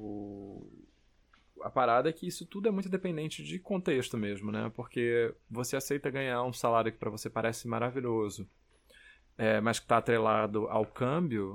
o, a parada é que isso tudo é muito dependente de contexto mesmo, né? Porque você aceita ganhar um salário que para você parece maravilhoso, é, mas que está atrelado ao câmbio,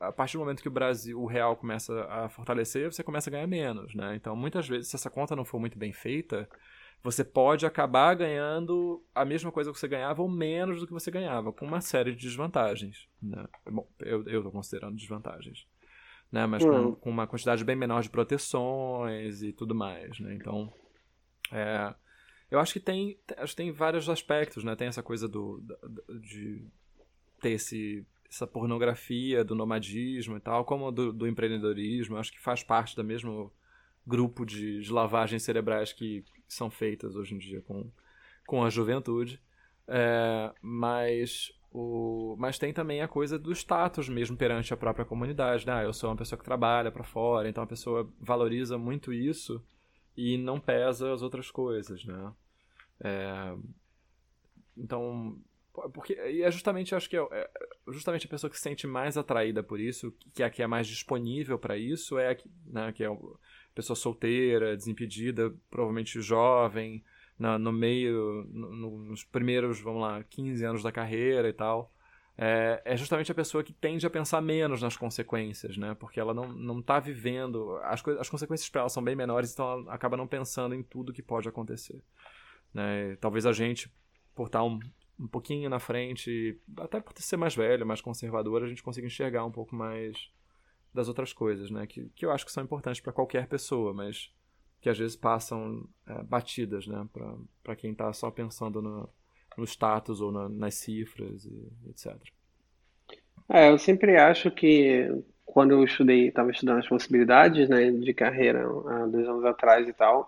a partir do momento que o Brasil, o real começa a fortalecer, você começa a ganhar menos, né? Então, muitas vezes, se essa conta não for muito bem feita, você pode acabar ganhando a mesma coisa que você ganhava ou menos do que você ganhava, com uma série de desvantagens, né? Bom, eu estou considerando desvantagens, né? Mas com, Hum. com uma quantidade bem menor de proteções e tudo mais, né? Então, é, eu acho que tem, acho que tem vários aspectos, né? Tem essa coisa do, de ter esse, essa pornografia do nomadismo e tal, como do, do empreendedorismo, acho que faz parte do mesmo grupo de, de lavagens cerebrais que são feitas hoje em dia com, com a juventude. É, mas, o, mas tem também a coisa do status mesmo perante a própria comunidade, né? Ah, eu sou uma pessoa que trabalha para fora, então a pessoa valoriza muito isso e não pesa as outras coisas, né? É, então, porque e é justamente, acho que é, é justamente a pessoa que se sente mais atraída por isso, que é a que é mais disponível para isso, é a que, né, que é a pessoa solteira, desimpedida, provavelmente jovem, na, no meio, no, nos primeiros, vamos lá, quinze anos da carreira e tal. É, é justamente a pessoa que tende a pensar menos nas consequências, né? Porque ela não, não tá vivendo, as, coisas, as consequências para ela são bem menores, então ela acaba não pensando em tudo que pode acontecer, né? Talvez a gente, por estar um, um pouquinho na frente, até por ser mais velho, mais conservador, a gente consiga enxergar um pouco mais das outras coisas, né? Que, que eu acho que são importantes para qualquer pessoa, mas que às vezes passam é, batidas, né? Para quem está só pensando no, no status ou na, nas cifras e etcétera. É, eu sempre acho que quando eu estudei, estava estudando as possibilidades, né, de carreira há dois anos atrás e tal,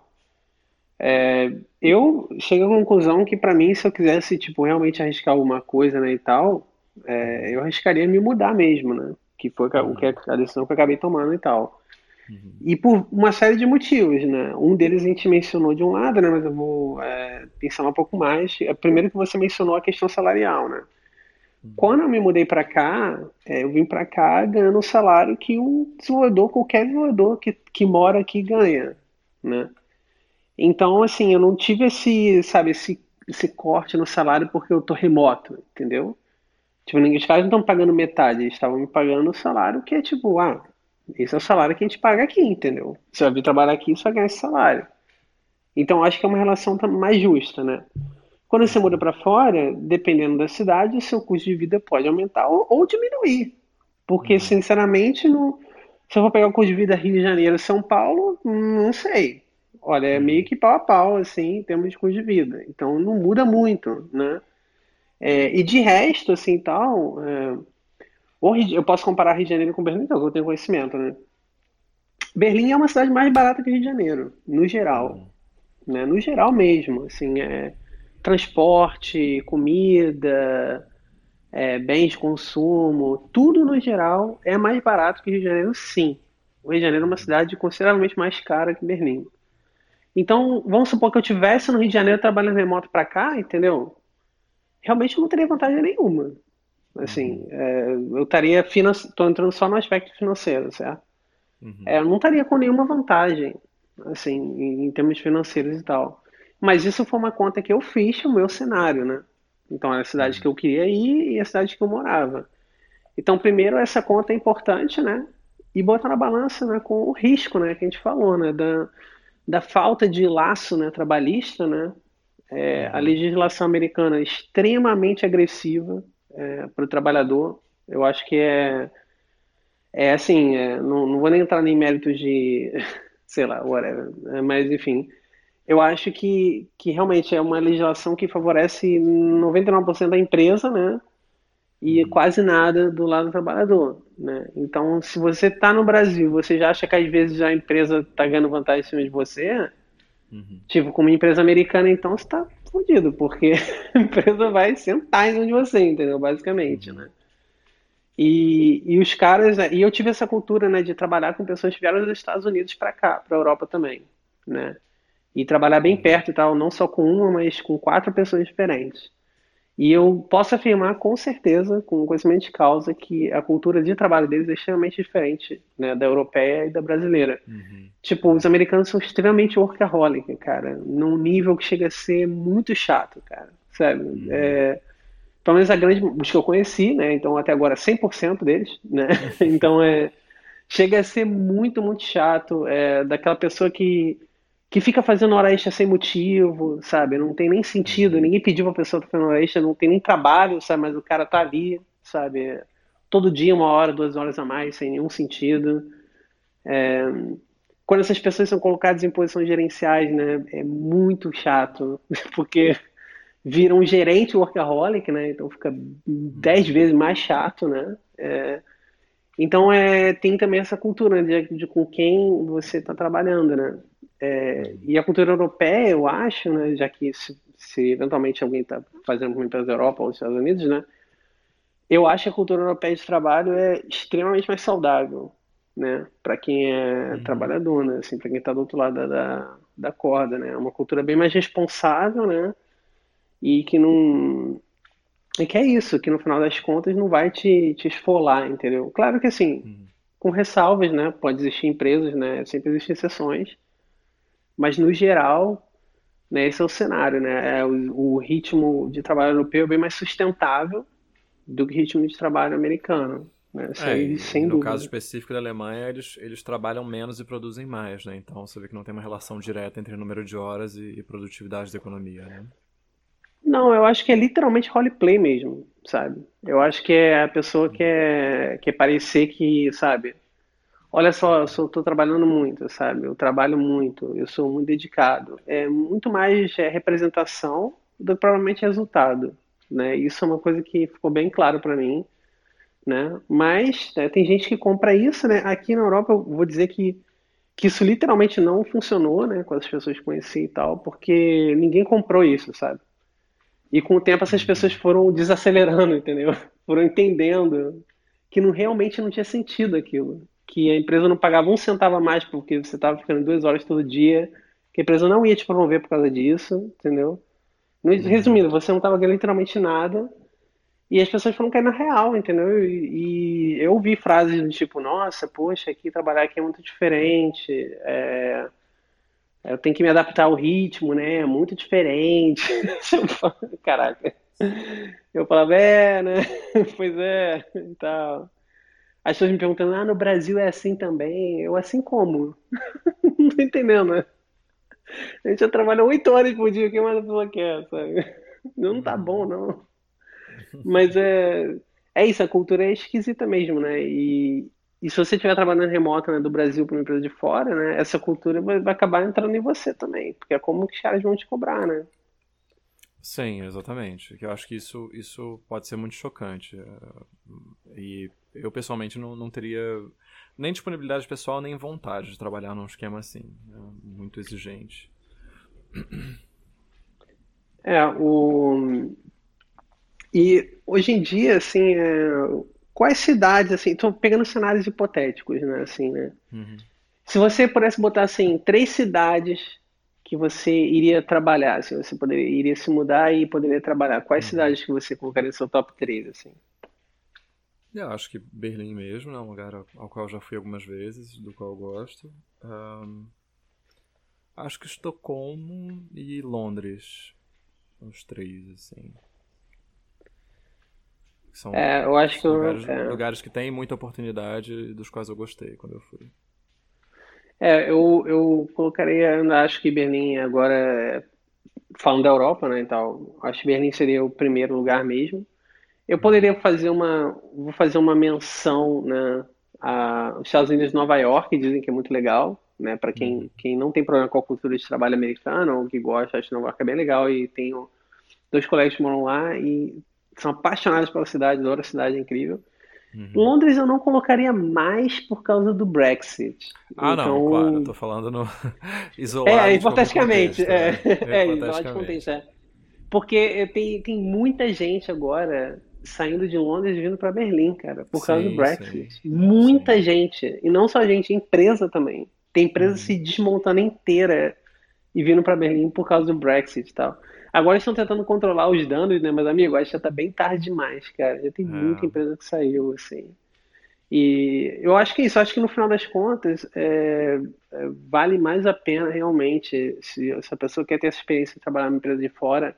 eu cheguei à conclusão que para mim, se eu quisesse, tipo, realmente arriscar alguma coisa, né, e tal, é, Uhum. eu arriscaria me mudar mesmo, né? Que foi o que Uhum. a decisão que eu acabei tomando e tal. Uhum. E por uma série de motivos, né? Um deles a gente mencionou de um lado, né? Mas eu vou é, pensar um pouco mais. É, primeiro que você mencionou a questão salarial, né? Uhum. Quando eu me mudei para cá, é, eu vim para cá ganhando o salário que um desenvolvedor, qualquer desenvolvedor que, que mora aqui ganha, né? Então, assim, eu não tive esse, sabe, esse, esse corte no salário porque eu tô remoto, entendeu? Tipo, ninguém- os caras não estão pagando metade, eles estavam me pagando o salário que é tipo, ah, esse é o salário que a gente paga aqui, entendeu? Você vai vir trabalhar aqui e só ganha esse salário. Então, acho que é uma relação tam- mais justa, né? Quando você muda Uhum. para fora, dependendo da cidade, o seu custo de vida pode aumentar ou, ou diminuir. Porque, Uhum. sinceramente, não, se eu for pegar o custo de vida Rio de Janeiro, São Paulo, não sei. Olha, é meio Uhum. que pau a pau, assim, em termos de custo de vida. Então, não muda muito, né? É, e de resto, assim, tal, é, o Rio de- eu posso comparar Rio de Janeiro com Berlim, então, que eu tenho conhecimento, né? Berlim é uma cidade mais barata que Rio de Janeiro, no geral, Uhum. né? No geral mesmo, assim, é transporte, comida, é, bens de consumo, tudo no geral é mais barato que Rio de Janeiro, sim. O Rio de Janeiro é uma Uhum. cidade consideravelmente mais cara que Berlim. Então, vamos supor que eu tivesse no Rio de Janeiro trabalhando remoto para cá, entendeu? Realmente eu não teria vantagem nenhuma. Assim, Uhum. é, eu estaria estou entrando só no aspecto financeiro, certo? Uhum. É, eu não estaria com nenhuma vantagem, assim, em, em termos financeiros e tal. Mas isso foi uma conta que eu fiz no meu cenário, né? Então, era a cidade que Uhum. eu queria ir e a cidade que eu morava. Então, primeiro, essa conta é importante, né? E botar na balança, né, com o risco, né, que a gente falou, né, da, da falta de laço, né, trabalhista, né? É, a Uhum. legislação americana é extremamente agressiva é, para o trabalhador. Eu acho que é, é assim, é, não, não vou nem entrar em méritos de, sei lá, whatever, é, mas enfim, eu acho que, que realmente é uma legislação que favorece noventa e nove por cento da empresa, né? E Uhum. quase nada do lado do trabalhador, né? Então, se você está no Brasil, você já acha que às vezes a empresa está ganhando vantagem em cima de você, Uhum. tipo, como empresa americana, então você está fodido, porque a empresa vai sentar em cima de você, entendeu? Basicamente, Uhum. né? E, e os caras, e eu tive essa cultura, né, de trabalhar com pessoas que vieram dos Estados Unidos para cá, para a Europa também, né? E trabalhar bem Uhum. perto e tal, não só com uma, mas com quatro pessoas diferentes. E eu posso afirmar com certeza, com conhecimento de causa, que a cultura de trabalho deles é extremamente diferente, né, da europeia e da brasileira. Uhum. Tipo, os Uhum. americanos são extremamente workaholic, cara, num nível que chega a ser muito chato, cara, sabe? Uhum. É, pelo menos a grande, os que eu conheci, né? Então até agora cem por cento deles, né? Então é, chega a ser muito, muito chato, é, daquela pessoa que, que fica fazendo hora extra sem motivo, sabe? Não tem nem sentido, Uhum. ninguém pediu pra pessoa estar fazendo hora extra, não tem nem trabalho, sabe? Mas o cara tá ali, sabe? Todo dia, uma hora, duas horas a mais, sem nenhum sentido. Quando essas pessoas são colocadas em posições gerenciais, né? É muito chato, porque vira um gerente workaholic, né? Então fica dez Uhum. vezes mais chato, né? Então é, tem também essa cultura, né, de, de com quem você está trabalhando, né? É, Uhum. e a cultura europeia, eu acho, né, já que se, se eventualmente alguém está fazendo uma empresa da Europa ou dos Estados Unidos, né? Eu acho que a cultura europeia de trabalho é extremamente mais saudável, né? Para quem é Uhum. trabalhador, né? Assim, para quem está do outro lado da, da, da corda, né? É uma cultura bem mais responsável, né? E que não, e que é isso, que no final das contas não vai te, te esfolar, entendeu? Claro que assim, Uhum. com ressalvas, né? Pode existir empresas, né? Sempre existem exceções, mas no geral, né? Esse é o cenário, né? É o, o ritmo de trabalho europeu é bem mais sustentável do que o ritmo de trabalho americano, né? Isso É, aí, e, e sem no caso dúvida. específico da Alemanha, eles, eles trabalham menos e produzem mais, né? Então você vê que não tem uma relação direta entre número de horas e, e produtividade da economia, né? Não, eu acho que é literalmente roleplay mesmo, sabe? Eu acho que é a pessoa que é, que é parecer que, sabe? Olha só, eu sou, tô trabalhando muito, sabe? Eu trabalho muito, eu sou muito dedicado. É muito mais é, representação do que provavelmente resultado, né? Isso é uma coisa que ficou bem claro para mim, né? Mas né, tem gente que compra isso, né? Aqui na Europa eu vou dizer que, que isso literalmente não funcionou, né? Com as pessoas que conheci e tal, porque ninguém comprou isso, sabe? E com o tempo essas pessoas Uhum. foram desacelerando, entendeu? Foram entendendo que não, realmente não tinha sentido aquilo. Que a empresa não pagava um centavo a mais porque você estava ficando duas horas todo dia, que a empresa não ia te promover por causa disso, entendeu? Uhum. Resumindo, você não estava ganhando literalmente nada e as pessoas foram cair na real, entendeu? E, e eu ouvi frases do tipo, nossa, poxa, aqui trabalhar aqui é muito diferente, é, eu tenho que me adaptar ao ritmo, né? É muito diferente. Caraca. Eu falava, é, né? Pois é, e tal. As pessoas me perguntando, ah, no Brasil é assim também. Eu, assim como? Não tô entendendo, né? A gente já trabalha oito horas por dia, o que mais a pessoa quer, sabe? Não tá bom, Uhum. não. Mas é, é isso, a cultura é esquisita mesmo, né? E, e se você estiver trabalhando remoto, né, do Brasil para uma empresa de fora, né, essa cultura vai, vai acabar entrando em você também, porque é como que os caras vão te cobrar, né? Sim, exatamente. Que eu acho que isso, isso pode ser muito chocante. eh, E eu pessoalmente não, não teria nem disponibilidade pessoal, nem vontade de trabalhar num esquema assim, né, muito exigente. É, o... E hoje em dia, assim, é, quais cidades, assim, tô pegando cenários hipotéticos, né, assim, né? Uhum. Se você pudesse botar, assim, três cidades que você iria trabalhar, assim, você poderia, iria se mudar e poderia trabalhar, quais Uhum. cidades que você colocaria no seu top três assim? Eu acho que Berlim mesmo é um lugar ao ao qual eu já fui algumas vezes, do qual eu gosto. Ahn, acho que Estocolmo e Londres, os três, assim. São É, eu acho que eu, lugares, é, lugares que têm muita oportunidade e dos quais eu gostei quando eu fui. é, eu, eu colocaria, eu acho que Berlim agora, é, falando da Europa, né, e tal, acho que Berlim seria o primeiro lugar mesmo. Eu Uhum. poderia fazer uma, vou fazer uma menção, né, aos Estados Unidos e Nova York, dizem que é muito legal, né, para Uhum. quem, quem não tem problema com a cultura de trabalho americana ou que gosta, acho que Nova York é bem legal e tenho dois colegas que moram lá e são apaixonados pela cidade, adoram a cidade, é incrível. Uhum. Londres eu não colocaria mais por causa do Brexit. Ah, não, claro, eu Então, tô falando no é, isolado de qualquer hipoteticamente, contexto, é, é, é isolado de contexto, hipoteticamente. é. Porque tem, tem muita gente agora saindo de Londres e vindo para Berlim, cara, por causa do Sim, Brexit. sim, Muita sim. gente. E não só gente, empresa também. Tem empresa Uhum. se desmontando inteira e vindo para Berlim por causa do Brexit e tal. Agora eles estão tentando controlar os danos, né? Mas, amigo, acho que já tá bem tarde demais, cara. Já tem muita É, empresa que saiu, assim. E eu acho que é isso, eu acho que no final das contas é, é, vale mais a pena realmente, se, se a pessoa quer ter essa experiência de trabalhar numa empresa de fora,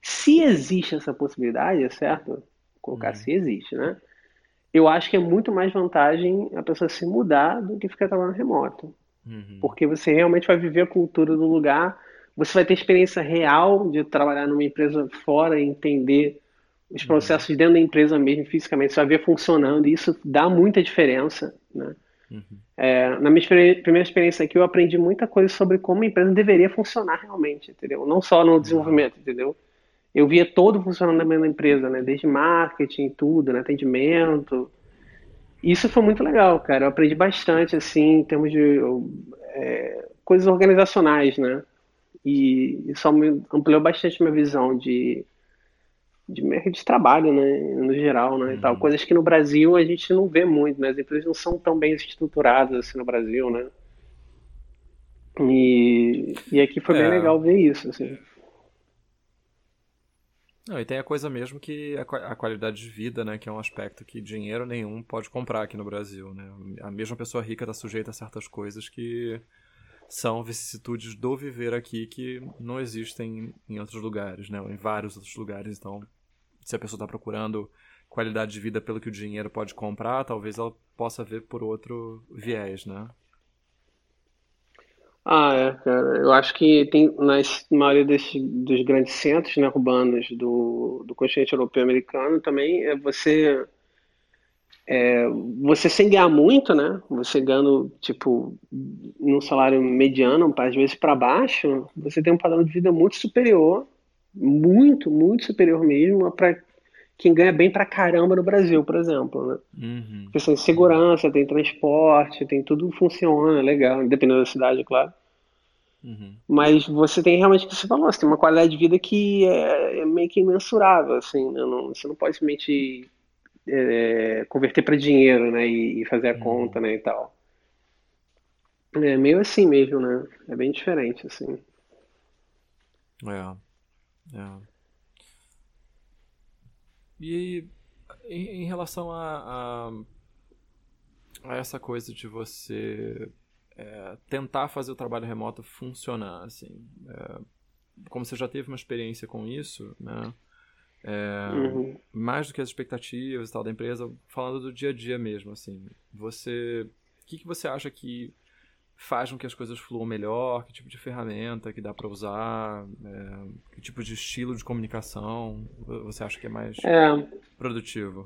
Se existe essa possibilidade, é certo? Vou colocar Uhum. se existe, né? Eu acho que é muito mais vantagem a pessoa se mudar do que ficar trabalhando remoto. Uhum. Porque você realmente vai viver a cultura do lugar, você vai ter experiência real de trabalhar numa empresa fora e entender os Uhum. processos dentro da empresa mesmo, fisicamente, você vai ver funcionando, e isso dá muita diferença, né? Uhum. É, na minha experi- primeira experiência aqui, eu aprendi muita coisa sobre como a empresa deveria funcionar realmente, entendeu? Não só no Legal. desenvolvimento, entendeu? Eu via todo funcionando na minha empresa, né? Desde marketing, tudo, né? Atendimento. Isso foi muito legal, cara. Eu aprendi bastante, assim, em termos de é, coisas organizacionais, né? E isso me ampliou bastante minha visão de, de mercado de trabalho, né? No geral, né? E tal. Uhum. Coisas que no Brasil a gente não vê muito, né? As empresas não são tão bem estruturadas assim no Brasil, né? E, e aqui foi bem É. legal ver isso, assim. Não, e tem a coisa mesmo que a, qua- a qualidade de vida, né, que é um aspecto que dinheiro nenhum pode comprar aqui no Brasil, né? A mesma pessoa rica está sujeita a certas coisas que são vicissitudes do viver aqui que não existem em outros lugares, né? Ou em vários outros lugares. Então, se a pessoa está procurando qualidade de vida pelo que o dinheiro pode comprar, talvez ela possa ver por outro viés, né? Ah, é, cara. Eu acho que tem nas na maioria desses, dos grandes centros, né, urbanos do, do continente europeu e americano também é você você sem ganhar muito, né? Você ganhando tipo num salário mediano, às vezes para baixo, você tem um padrão de vida muito superior, muito, muito superior mesmo para quem ganha bem pra caramba no Brasil, por exemplo, né? Uhum. Porque assim, Uhum. segurança, tem transporte, tem tudo funciona, legal, dependendo da cidade, claro. Uhum. Mas você tem realmente o que você falou, você tem uma qualidade de vida que é, é meio que imensurável, assim, né? Não- você não pode simplesmente é, converter para dinheiro, né? E, e fazer a conta, Uhum. né? E tal. É meio assim mesmo, né? É bem diferente, assim. É, é. E em, em relação a, a, a essa coisa de você é, tentar fazer o trabalho remoto funcionar, assim, é, como você já teve uma experiência com isso, né? É, Uhum. mais do que as expectativas e tal da empresa, falando do dia a dia mesmo, assim, você, o que que você acha que faz com que as coisas fluam melhor? Que tipo de ferramenta que dá para usar? É, que tipo de estilo de comunicação você acha que é mais É, produtivo?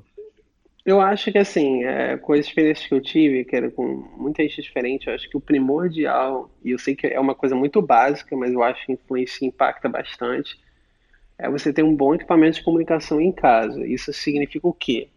eu acho que assim, é, com as experiências que eu tive, que era com muita gente diferente, eu acho que o primordial, e eu sei que é uma coisa muito básica, mas eu acho que influencia e impacta bastante, é você ter um bom equipamento de comunicação em casa. Isso significa o quê?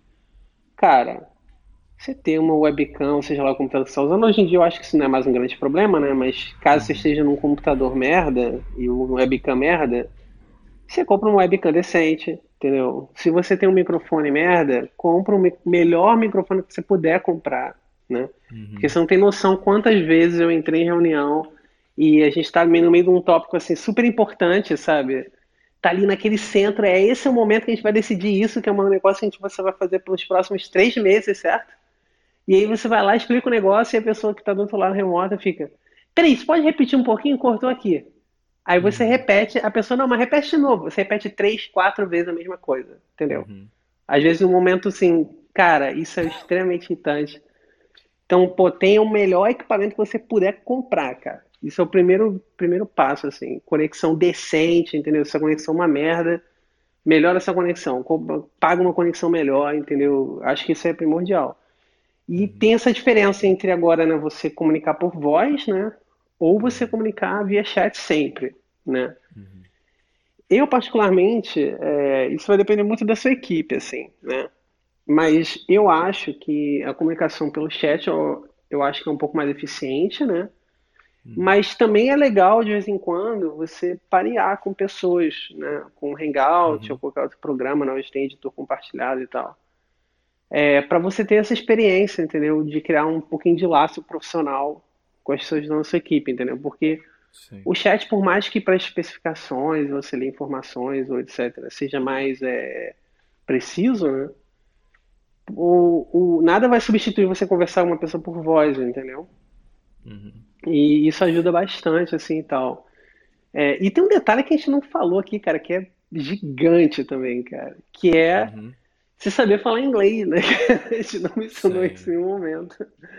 Cara, você ter uma webcam, seja lá o computador que você está usando, hoje em dia eu acho que isso não é mais um grande problema, né? Mas caso você Uhum. esteja num computador merda e um webcam merda, você compra um webcam decente, entendeu? Se você tem um microfone merda, compra o mi- melhor microfone que você puder comprar, né? Porque Uhum. você não tem noção quantas vezes eu entrei em reunião e a gente está no meio de um tópico assim super importante, sabe? Tá ali naquele centro, é esse é o momento que a gente vai decidir isso, que é um negócio que a gente, você vai fazer pelos próximos três meses, certo? E aí você vai lá, explica o negócio e a pessoa que está do outro lado remota fica: Peraí, você pode repetir um pouquinho? Cortou aqui. Aí você Uhum. repete, a pessoa não, mas repete de novo. Você repete três, quatro vezes a mesma coisa, entendeu? Uhum. Às vezes no momento assim, cara, isso é extremamente irritante. Então, pô, tenha o melhor equipamento que você puder comprar, cara. Isso é o primeiro, primeiro passo, assim. Conexão decente, entendeu? Se a conexão é uma merda, melhora essa conexão. Co- Paga uma conexão melhor, entendeu? Acho que isso é primordial. E Uhum. tem essa diferença entre agora, né, você comunicar por voz, né, ou você Uhum. comunicar via chat sempre, né? Uhum. Eu particularmente, é, isso vai depender muito da sua equipe, assim, né? Mas eu acho que a comunicação pelo chat, eu, eu acho que é um pouco mais eficiente, né? Uhum. Mas também é legal de vez em quando você parear com pessoas, né? Com o Hangout ou Uhum. qualquer outro programa, né? Onde tem editor compartilhado e tal. É, para você ter essa experiência, entendeu? De criar um pouquinho de laço profissional com as pessoas da nossa equipe, entendeu? Porque Sim. o chat, por mais que para especificações, você lê informações ou etcétera, seja mais é, preciso, né? O, o, nada vai substituir você conversar com uma pessoa por voz, entendeu? Uhum. E isso ajuda bastante, assim, e tal. É, e tem um detalhe que a gente não falou aqui, cara, que é gigante também, cara, que é Uhum. você saber falar inglês, né? A gente não mencionou isso Sim. em um momento.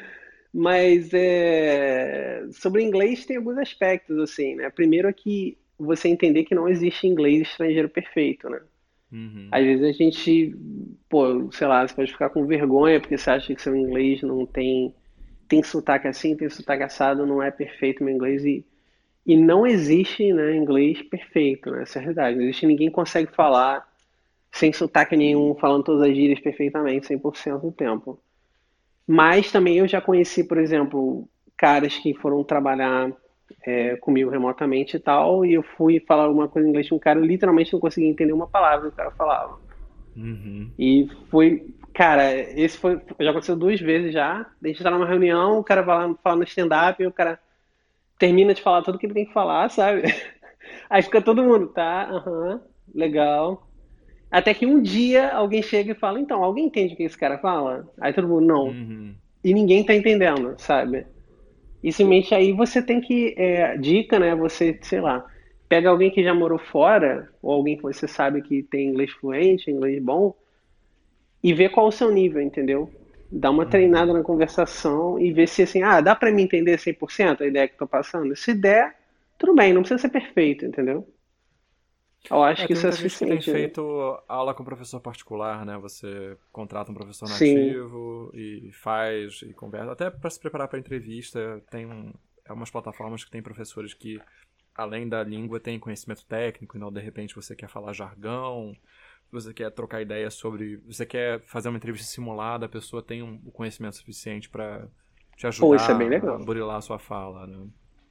Mas é, sobre inglês tem alguns aspectos, assim, né? Primeiro é que você entender que não existe inglês estrangeiro perfeito, né? Uhum. Às vezes a gente, pô, sei lá, você pode ficar com vergonha porque você acha que seu inglês não tem, tem sotaque assim, tem sotaque assado, não é perfeito o meu inglês e, e não existe, né, inglês perfeito, né? Essa é a realidade. Não existe ninguém que consegue falar sem sotaque nenhum, falando todas as gírias perfeitamente, cem por cento do tempo. Mas também eu já conheci, por exemplo, caras que foram trabalhar é, comigo remotamente e tal, e eu fui falar alguma coisa em inglês com um cara, eu literalmente não conseguia entender uma palavra que o cara falava. Uhum. E foi, cara, esse foi, já aconteceu duas vezes já. A gente tá numa reunião, o cara vai lá falar no stand-up, e o cara termina de falar tudo que ele tem que falar, sabe? Aí fica todo mundo, tá, aham, legal. Até que um dia alguém chega e fala, então, alguém entende o que esse cara fala? Aí todo mundo, não. Uhum. E ninguém tá entendendo, sabe? E simplesmente aí você tem que, é, dica, né? Você, sei lá, pega alguém que já morou fora, ou alguém que você sabe que tem inglês fluente, inglês bom, e ver qual o seu nível, entendeu? Dá uma treinada Uhum. na conversação e ver se assim, ah, dá pra me entender cem por cento a ideia que eu tô passando? Se der, tudo bem, não precisa ser perfeito, entendeu? Eu acho É, que tem isso é muita gente que tem suficiente, né? feito aula com professor particular, né? Você contrata um professor Sim. nativo e faz e conversa. Até para se preparar para entrevista, tem um, é umas plataformas que tem professores que, além da língua, têm conhecimento técnico, então de repente você quer falar jargão, você quer trocar ideia sobre. Você quer fazer uma entrevista simulada, a pessoa tem um, o conhecimento suficiente para te Pô, isso é bem ajudar a legal. burilar a sua fala, né?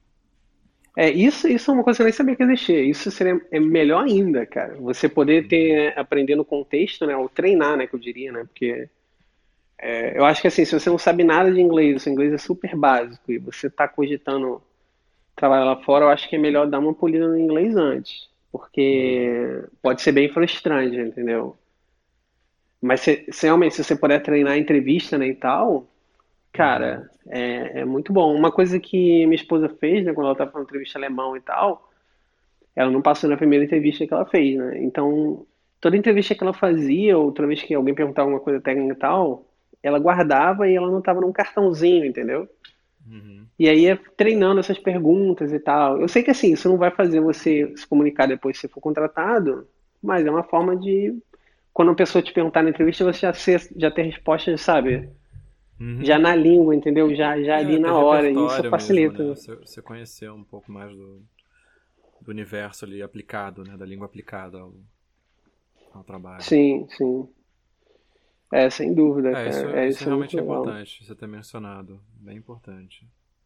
É, isso, isso é uma coisa que eu nem sabia que existia. Isso seria é melhor ainda, cara. Você poder ter, Uhum. é, aprender no contexto, né? Ou treinar, né? Que eu diria, né? Porque é, eu acho que assim, se você não sabe nada de inglês, o seu inglês é super básico e você está cogitando trabalhar lá fora, eu acho que é melhor dar uma polida no inglês antes. Uhum. Porque pode ser bem frustrante, entendeu? Mas se, se realmente, se você puder treinar entrevista, né, e tal, Uhum. cara, é, é muito bom. Uma coisa que minha esposa fez, né, quando ela estava fazendo entrevista alemão e tal, ela não passou na primeira entrevista que ela fez, né? Então, toda entrevista que ela fazia, ou toda vez que alguém perguntava alguma coisa técnica e tal, ela guardava e ela anotava num cartãozinho, entendeu? Uhum. E aí ia treinando essas perguntas e tal. Eu sei que assim, isso não vai fazer você se comunicar depois se for contratado, mas é uma forma de, quando uma pessoa te perguntar na entrevista, você já, ser, já ter respostas, sabe? Já Uhum. na língua, entendeu? Já, já É, ali ter na hora. E isso repertório mesmo, facilita. né? Você, você conhecer um pouco mais do, do universo ali aplicado, né? Da língua aplicada ao, ao trabalho. Sim, sim. É, sem dúvida, É, isso, cara. É, isso isso é muito realmente é legal. importante, você ter mencionado. Bem importante.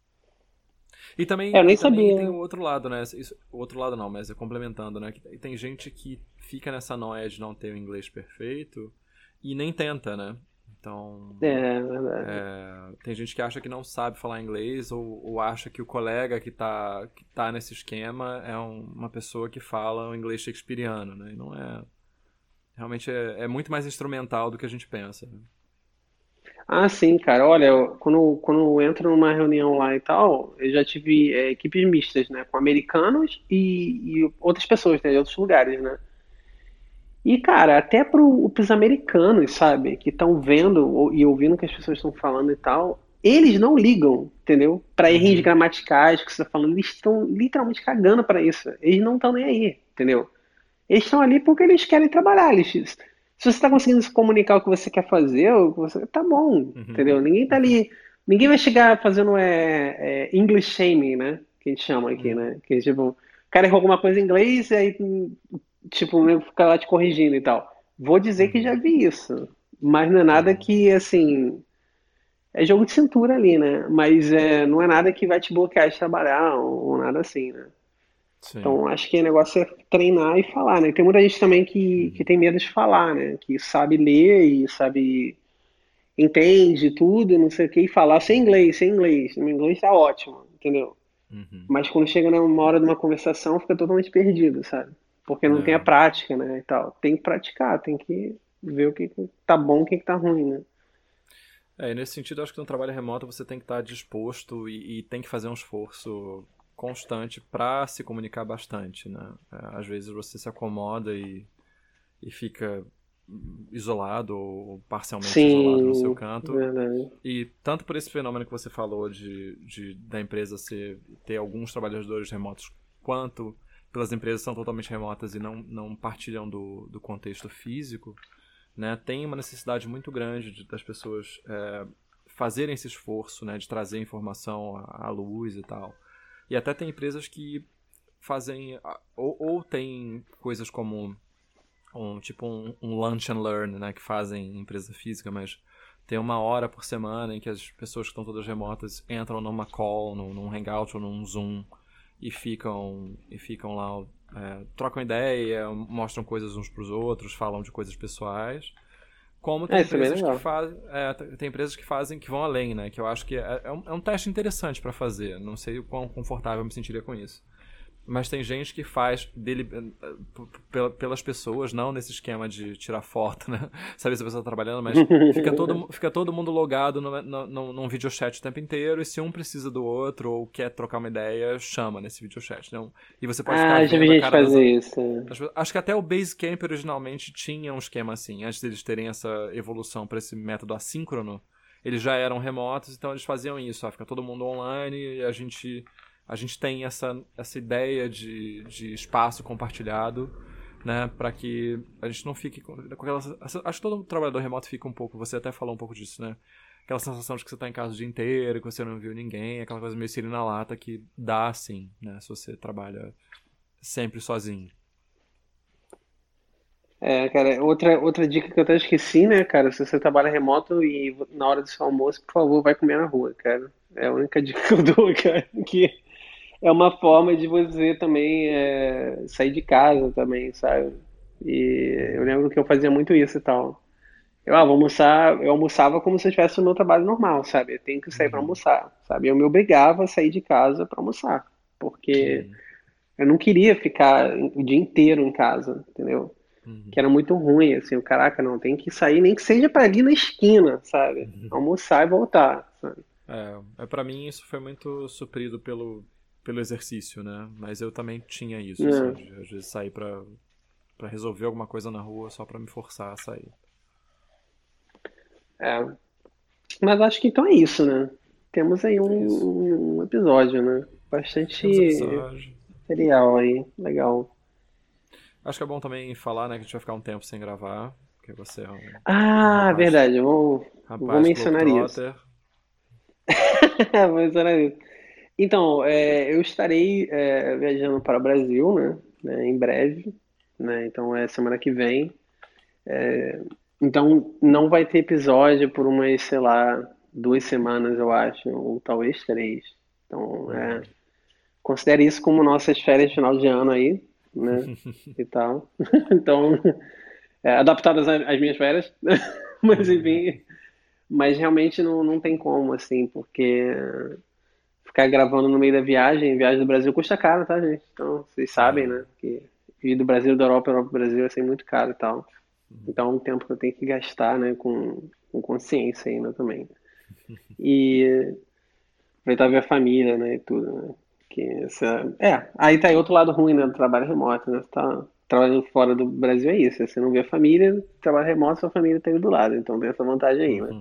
E também, É, eu nem e também tem o sabia. outro lado, né? Isso, o outro lado não, mas é complementando, né? Que tem gente que fica nessa noia de não ter o inglês perfeito e nem tenta, né? Então, É, é verdade. é, tem gente que acha que não sabe falar inglês ou, ou acha que o colega que tá, que tá nesse esquema é um- uma pessoa que fala o inglês shakespeariano, né? E não é. Realmente é, é muito mais instrumental do que a gente pensa, né? Ah, sim, cara. Olha, eu- quando, quando eu entro numa reunião lá e tal, eu já tive é, equipes mistas, né? Com americanos e, e outras pessoas, né? De outros lugares, né? E, cara, até pro, pros americanos, sabe? Que estão vendo ou- e ouvindo o que as pessoas estão falando e tal, eles não ligam, entendeu? Pra erros Uhum. gramaticais que você tá falando, eles estão literalmente cagando pra isso. Eles não estão nem aí, entendeu? Eles estão ali porque eles querem trabalhar. Eles, se você está conseguindo se comunicar o que você quer fazer, o que você, tá bom, Uhum. entendeu? Ninguém tá Uhum. ali. Ninguém vai chegar fazendo é, é, English shaming, né? Que a gente chama aqui, Uhum. né? Que tipo, o cara errou alguma coisa em inglês e aí, tipo, né, fica lá te corrigindo e tal. Vou dizer que já Uhum. vi isso. Mas não é nada Uhum. que, assim, é jogo de cintura ali, né? Mas é, não é nada que vai te bloquear de trabalhar ou, ou nada assim, né? Sim. Então, acho que o negócio é treinar e falar, né? Tem muita gente também que, que Uhum. tem medo de falar, né? Que sabe ler e sabe, entende tudo, não sei o que, e falar sem Uhum. inglês, sem inglês. Meu inglês tá ótimo, entendeu? Uhum. Mas quando chega numa hora de uma conversação, fica totalmente perdido, sabe? Porque não tem a É. prática, né? E tal. Tem que praticar, tem que ver o que que tá bom e o que que tá ruim, né? É, e nesse sentido, eu acho que no trabalho remoto você tem que estar disposto e, e tem que fazer um esforço constante para se comunicar bastante, né? Às vezes você se acomoda e, e fica isolado ou parcialmente Sim, isolado no seu canto. verdade. E tanto por esse fenômeno que você falou de, de da empresa ser, ter alguns trabalhadores remotos, quanto pelas empresas que são totalmente remotas e não, não partilham do, do contexto físico, né? Tem uma necessidade muito grande de, das pessoas é, fazerem esse esforço, né? De trazer informação à, à luz e tal. E até tem empresas que fazem, ou, ou tem coisas como um tipo um, um lunch and learn, né, que fazem em empresa física, mas tem uma hora por semana em que as pessoas que estão todas remotas entram numa call, num, num hangout ou num Zoom e ficam, e ficam lá, é, trocam ideia, mostram coisas uns pros outros, falam de coisas pessoais. Como tem É, isso é bem empresas que legal. fazem, é, tem empresas que fazem, que vão além, né, que eu acho que é, é, um, é um teste interessante para fazer. Não sei o quão confortável eu me sentiria com isso. Mas tem gente que faz dele, pelas pessoas, não nesse esquema de tirar foto, né? Saber se a pessoa tá trabalhando, mas fica todo, fica todo mundo logado no, no, no, num videochat o tempo inteiro, e se um precisa do outro ou quer trocar uma ideia, chama nesse videochat. Não? E você pode ficar Ah, já vi vendo a gente cara das fazer outras. isso. Acho que até o Basecamp originalmente tinha um esquema assim, antes deles terem essa evolução para esse método assíncrono, eles já eram remotos, então eles faziam isso, ó, fica todo mundo online e a gente... A gente tem essa, essa ideia de, de espaço compartilhado, né, para que a gente não fique com, com aquela... Acho que todo trabalhador remoto fica um pouco, você até falou um pouco disso, né? Aquela sensação de que você está em casa o dia inteiro, que você não viu ninguém, aquela coisa meio siri na lata que dá, assim, né, se você trabalha sempre sozinho. É, cara, outra, outra dica que eu até esqueci, né, cara? Se você trabalha remoto e na hora do seu almoço, por favor, vai comer na rua, cara. É a única dica que eu dou, cara. Que é uma forma de você também é, sair de casa também, sabe? E eu Uhum. lembro que eu fazia muito isso e tal. Eu, ah, vou almoçar, eu almoçava como se eu estivesse no meu trabalho normal, sabe? Eu tenho que sair para Uhum. almoçar, sabe? Eu me obrigava a sair de casa para almoçar, porque Uhum. eu não queria ficar o dia inteiro em casa, entendeu? Que Uhum. era muito ruim, assim, o caraca, não, tem que sair, nem que seja para ali na esquina, sabe? Uhum. Almoçar e voltar, sabe? É, é para mim isso foi muito suprido pelo, pelo exercício, né? Mas eu também tinha isso, assim, Né? de às vezes sair pra, pra resolver alguma coisa na rua só pra me forçar a sair. É. Mas acho que então é isso, né? Temos aí É isso. um, um episódio, né? Temos Bastante episódio. material aí, legal. Acho que é bom também falar, né, que a gente vai ficar um tempo sem gravar, porque você é um, um Ah, rapaz, verdade, eu vou, vou rapaz mencionar isso. globetrotter. Vou mencionar isso. Então, é, eu estarei é, viajando para o Brasil, né, né, em breve, né? Então é semana que vem. Então não vai ter episódio por umas, sei lá, duas semanas, eu acho, ou talvez três. Então, é, Uhum. considere isso como nossas férias de final de ano aí, né? E tal. Então, é, adaptadas às às minhas férias. Mas enfim, mas realmente não, não tem como, assim, porque ficar gravando no meio da viagem, viagem do Brasil custa caro, tá, gente? Então, vocês sabem, É. né? Que ir do Brasil, da Europa, Europa, Brasil é assim, muito caro e tal. Então, é um tempo que eu tenho que gastar, né, com, com consciência ainda também. E aproveitar ver a família, né, e tudo, né? Que essa... É, aí tá aí outro lado ruim, né, do trabalho remoto, né? Você tá trabalhando fora do Brasil é isso, você não vê a família, trabalho remoto, sua família tá aí do lado, então tem essa vantagem aí, né?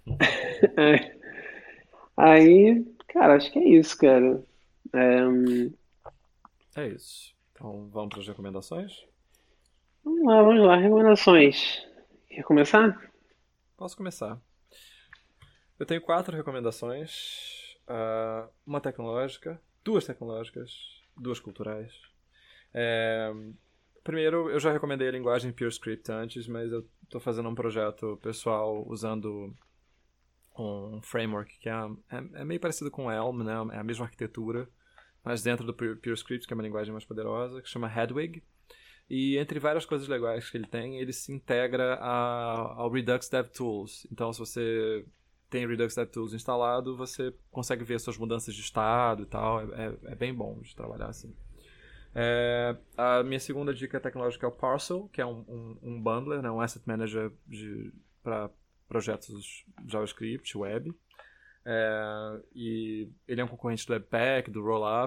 Aí, cara, acho que é isso, cara. É, É isso. Então vamos para as recomendações? vamos lá, vamos lá, recomendações. Quer começar? Posso começar. Eu tenho quatro recomendações. Ah, uma tecnológica, duas tecnológicas, duas culturais. É, primeiro, eu já recomendei a linguagem PureScript antes, mas eu estou fazendo um projeto pessoal usando um framework que é, é, é meio parecido com Elm, né? É a mesma arquitetura, mas dentro do PureScript, que é uma linguagem mais poderosa, que chama Hedwig. E entre várias coisas legais que ele tem, ele se integra a, ao Redux DevTools. Então, se você tem Redux DevTools instalado, você consegue ver suas mudanças de estado e tal. É, é, é bem bom de trabalhar assim. É, a minha segunda dica tecnológica é o Parcel, que é um, um, um bundler, né, um asset manager para projetos JavaScript, web. É, e ele é um concorrente do Webpack, do Rollup.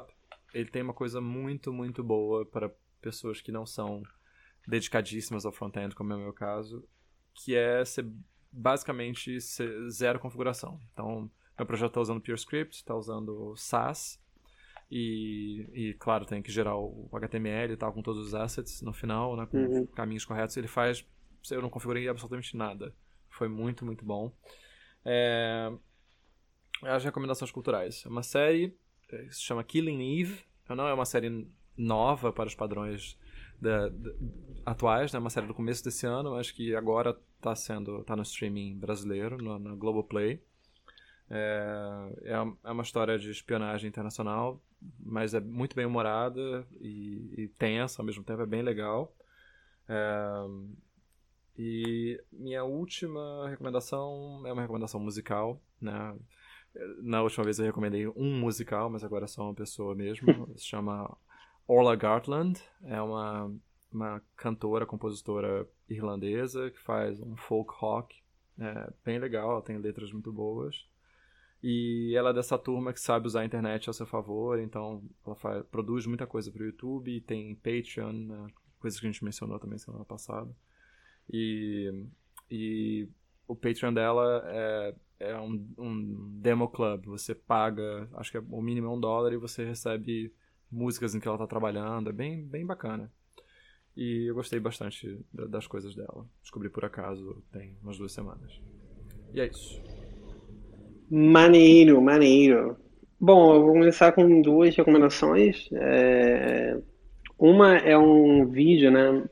ele tem uma coisa muito, muito boa para pessoas que não são dedicadíssimas ao front-end, como é o meu caso, que é ser, basicamente ser zero configuração. Então, meu projeto está usando PureScript, está usando Sass, e, e, claro, tem que gerar o H T M L e tal, com todos os assets no final, né, com Uhum. os caminhos corretos. Ele faz, eu não configurei absolutamente nada. Foi muito, muito bom. É, as recomendações culturais. É uma série que se chama Killing Eve. Não é uma série nova para os padrões da, da, atuais, né? É uma série do começo desse ano, mas que agora está sendo tá no streaming brasileiro, no, no Globoplay. É, é, é uma história de espionagem internacional, mas é muito bem humorada e, e tensa ao mesmo tempo, é bem legal. É, e minha última recomendação é uma recomendação musical, né? Na última vez eu recomendei um musical, mas agora é só uma pessoa mesmo. Se chama Orla Gartland. É uma, uma cantora, compositora irlandesa que faz um folk rock. É bem legal, ela tem letras muito boas. E ela é dessa turma que sabe usar a internet ao seu favor, então ela faz, produz muita coisa para o YouTube, tem Patreon, né? Coisas que a gente mencionou também semana passada. E, e o Patreon dela é, é um, um demo club. Você paga, acho que é, o mínimo é um dólar, e você recebe músicas em que ela está trabalhando. É bem, bem bacana. E eu gostei bastante das coisas dela. Descobri por acaso tem umas duas semanas. E é isso. Maneiro, maneiro. Bom, eu vou começar com duas recomendações. É, Uma é um vídeo, né,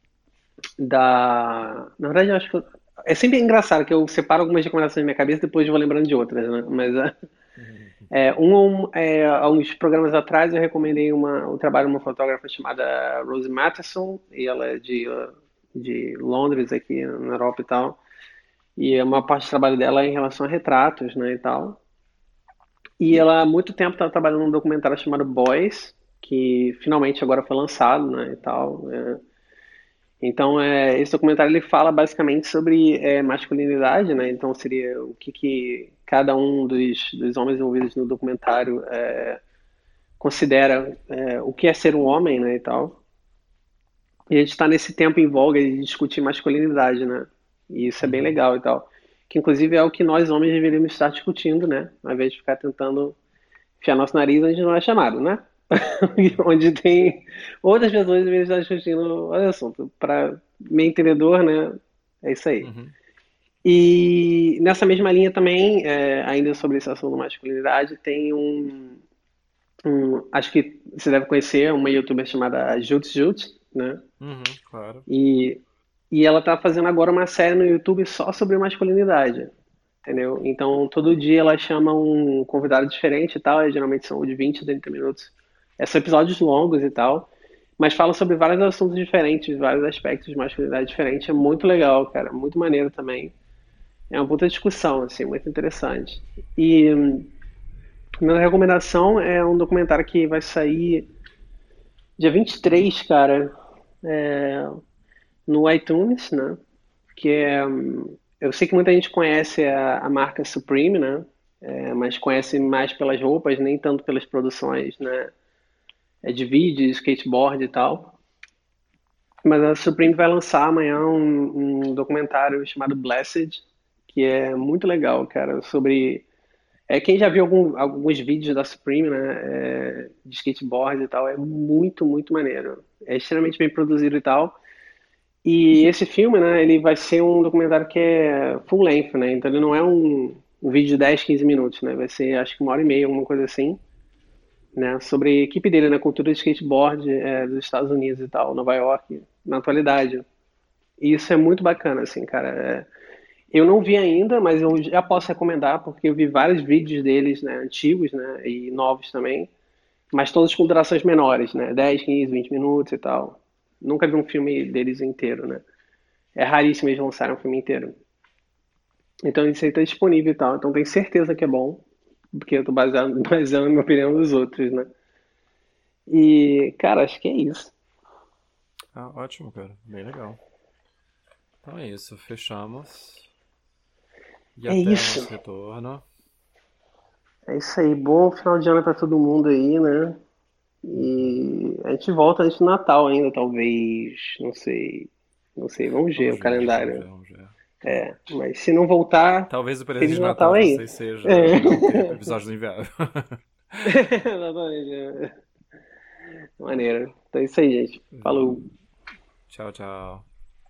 da... Na verdade, eu acho que... eu- É sempre engraçado que eu separo algumas recomendações na minha cabeça e depois eu vou lembrando de outras, né? Mas é, é, um, é, há uns programas atrás eu recomendei uma, o trabalho de uma fotógrafa chamada Rose Matheson, e ela é de, uh, de Londres, aqui na Europa e tal. E é uma parte do trabalho dela é em relação a retratos, né, e tal. E ela há muito tempo está trabalhando num documentário chamado Boys, que finalmente agora foi lançado, né, e tal. É, então, é, esse documentário ele fala basicamente sobre é, masculinidade, né? Então, seria o que, que cada um dos, dos homens envolvidos no documentário é, considera é, o que é ser um homem, né? E tal. E a gente está nesse tempo em voga de discutir masculinidade, né? E isso é bem Uhum. legal e tal. Que inclusive é o que nós homens deveríamos estar discutindo, né? Ao invés de ficar tentando enfiar nosso nariz onde não é chamado, né? Onde tem outras pessoas deveriam estar discutindo o assunto. Para meio entendedor, né? É isso aí. Uhum. E nessa mesma linha também, é, ainda sobre esse assunto da masculinidade, tem um, um- acho que você deve conhecer uma youtuber chamada Jut Jut, né? Uhum, claro. E, e ela tá fazendo agora uma série no YouTube só sobre masculinidade, entendeu? Então todo dia ela chama um convidado diferente e tal, e geralmente são de vinte a trinta minutos. É, são episódios longos e tal, mas fala sobre vários assuntos diferentes, vários aspectos de masculinidade diferente. É muito legal, cara, muito maneiro também. É uma puta discussão, assim, muito interessante. E hum, minha recomendação é um documentário que vai sair dia vinte e três, cara, é, no iTunes, né? Que é, hum, eu sei que muita gente conhece a, a marca Supreme, né? É, mas conhece mais pelas roupas, nem tanto pelas produções, né? É de vídeo, skateboard e tal. Mas a Supreme vai lançar amanhã um, um documentário chamado Blessed, que é muito legal, cara, sobre... É, quem já viu algum- alguns vídeos da Supreme, né, é, de skateboard e tal, é muito, muito maneiro. É extremamente bem produzido e tal. E esse filme, né, ele vai ser um documentário que é full length, né? Então ele não é um, um vídeo de dez, quinze minutos, né? Vai ser acho que uma hora e meia, alguma coisa assim, né? Sobre a equipe dele, na cultura de skateboard é, dos Estados Unidos e tal, Nova York, na atualidade. E isso é muito bacana, assim, cara. É, eu não vi ainda, mas eu já posso recomendar, porque eu vi vários vídeos deles, né, antigos, né, e novos também, mas todos com durações menores, né, dez, quinze, vinte minutos e tal. Nunca vi um filme deles inteiro, né. É raríssimo eles lançarem um filme inteiro. Então isso aí tá disponível e tal. Então tenho certeza que é bom, porque eu tô baseando, baseando a minha opinião dos outros, né. E, cara, acho que é isso. Ah, ótimo, cara. Bem legal. Então é isso, fechamos. E É até o isso. nosso retorno. É isso aí. Bom final de ano pra todo mundo aí, né. E a gente volta antes do Natal ainda, talvez. Não sei. Não sei, vamos ver o Vamos ver, vamos calendário. ver, vamos ver. É, mas se não voltar, Talvez o presente Feliz de Natal Natal de aí. vocês seja não ter É. episódios do inverno. Exatamente. É. Maneiro. Então é isso aí, gente. Falou. Tchau, tchau.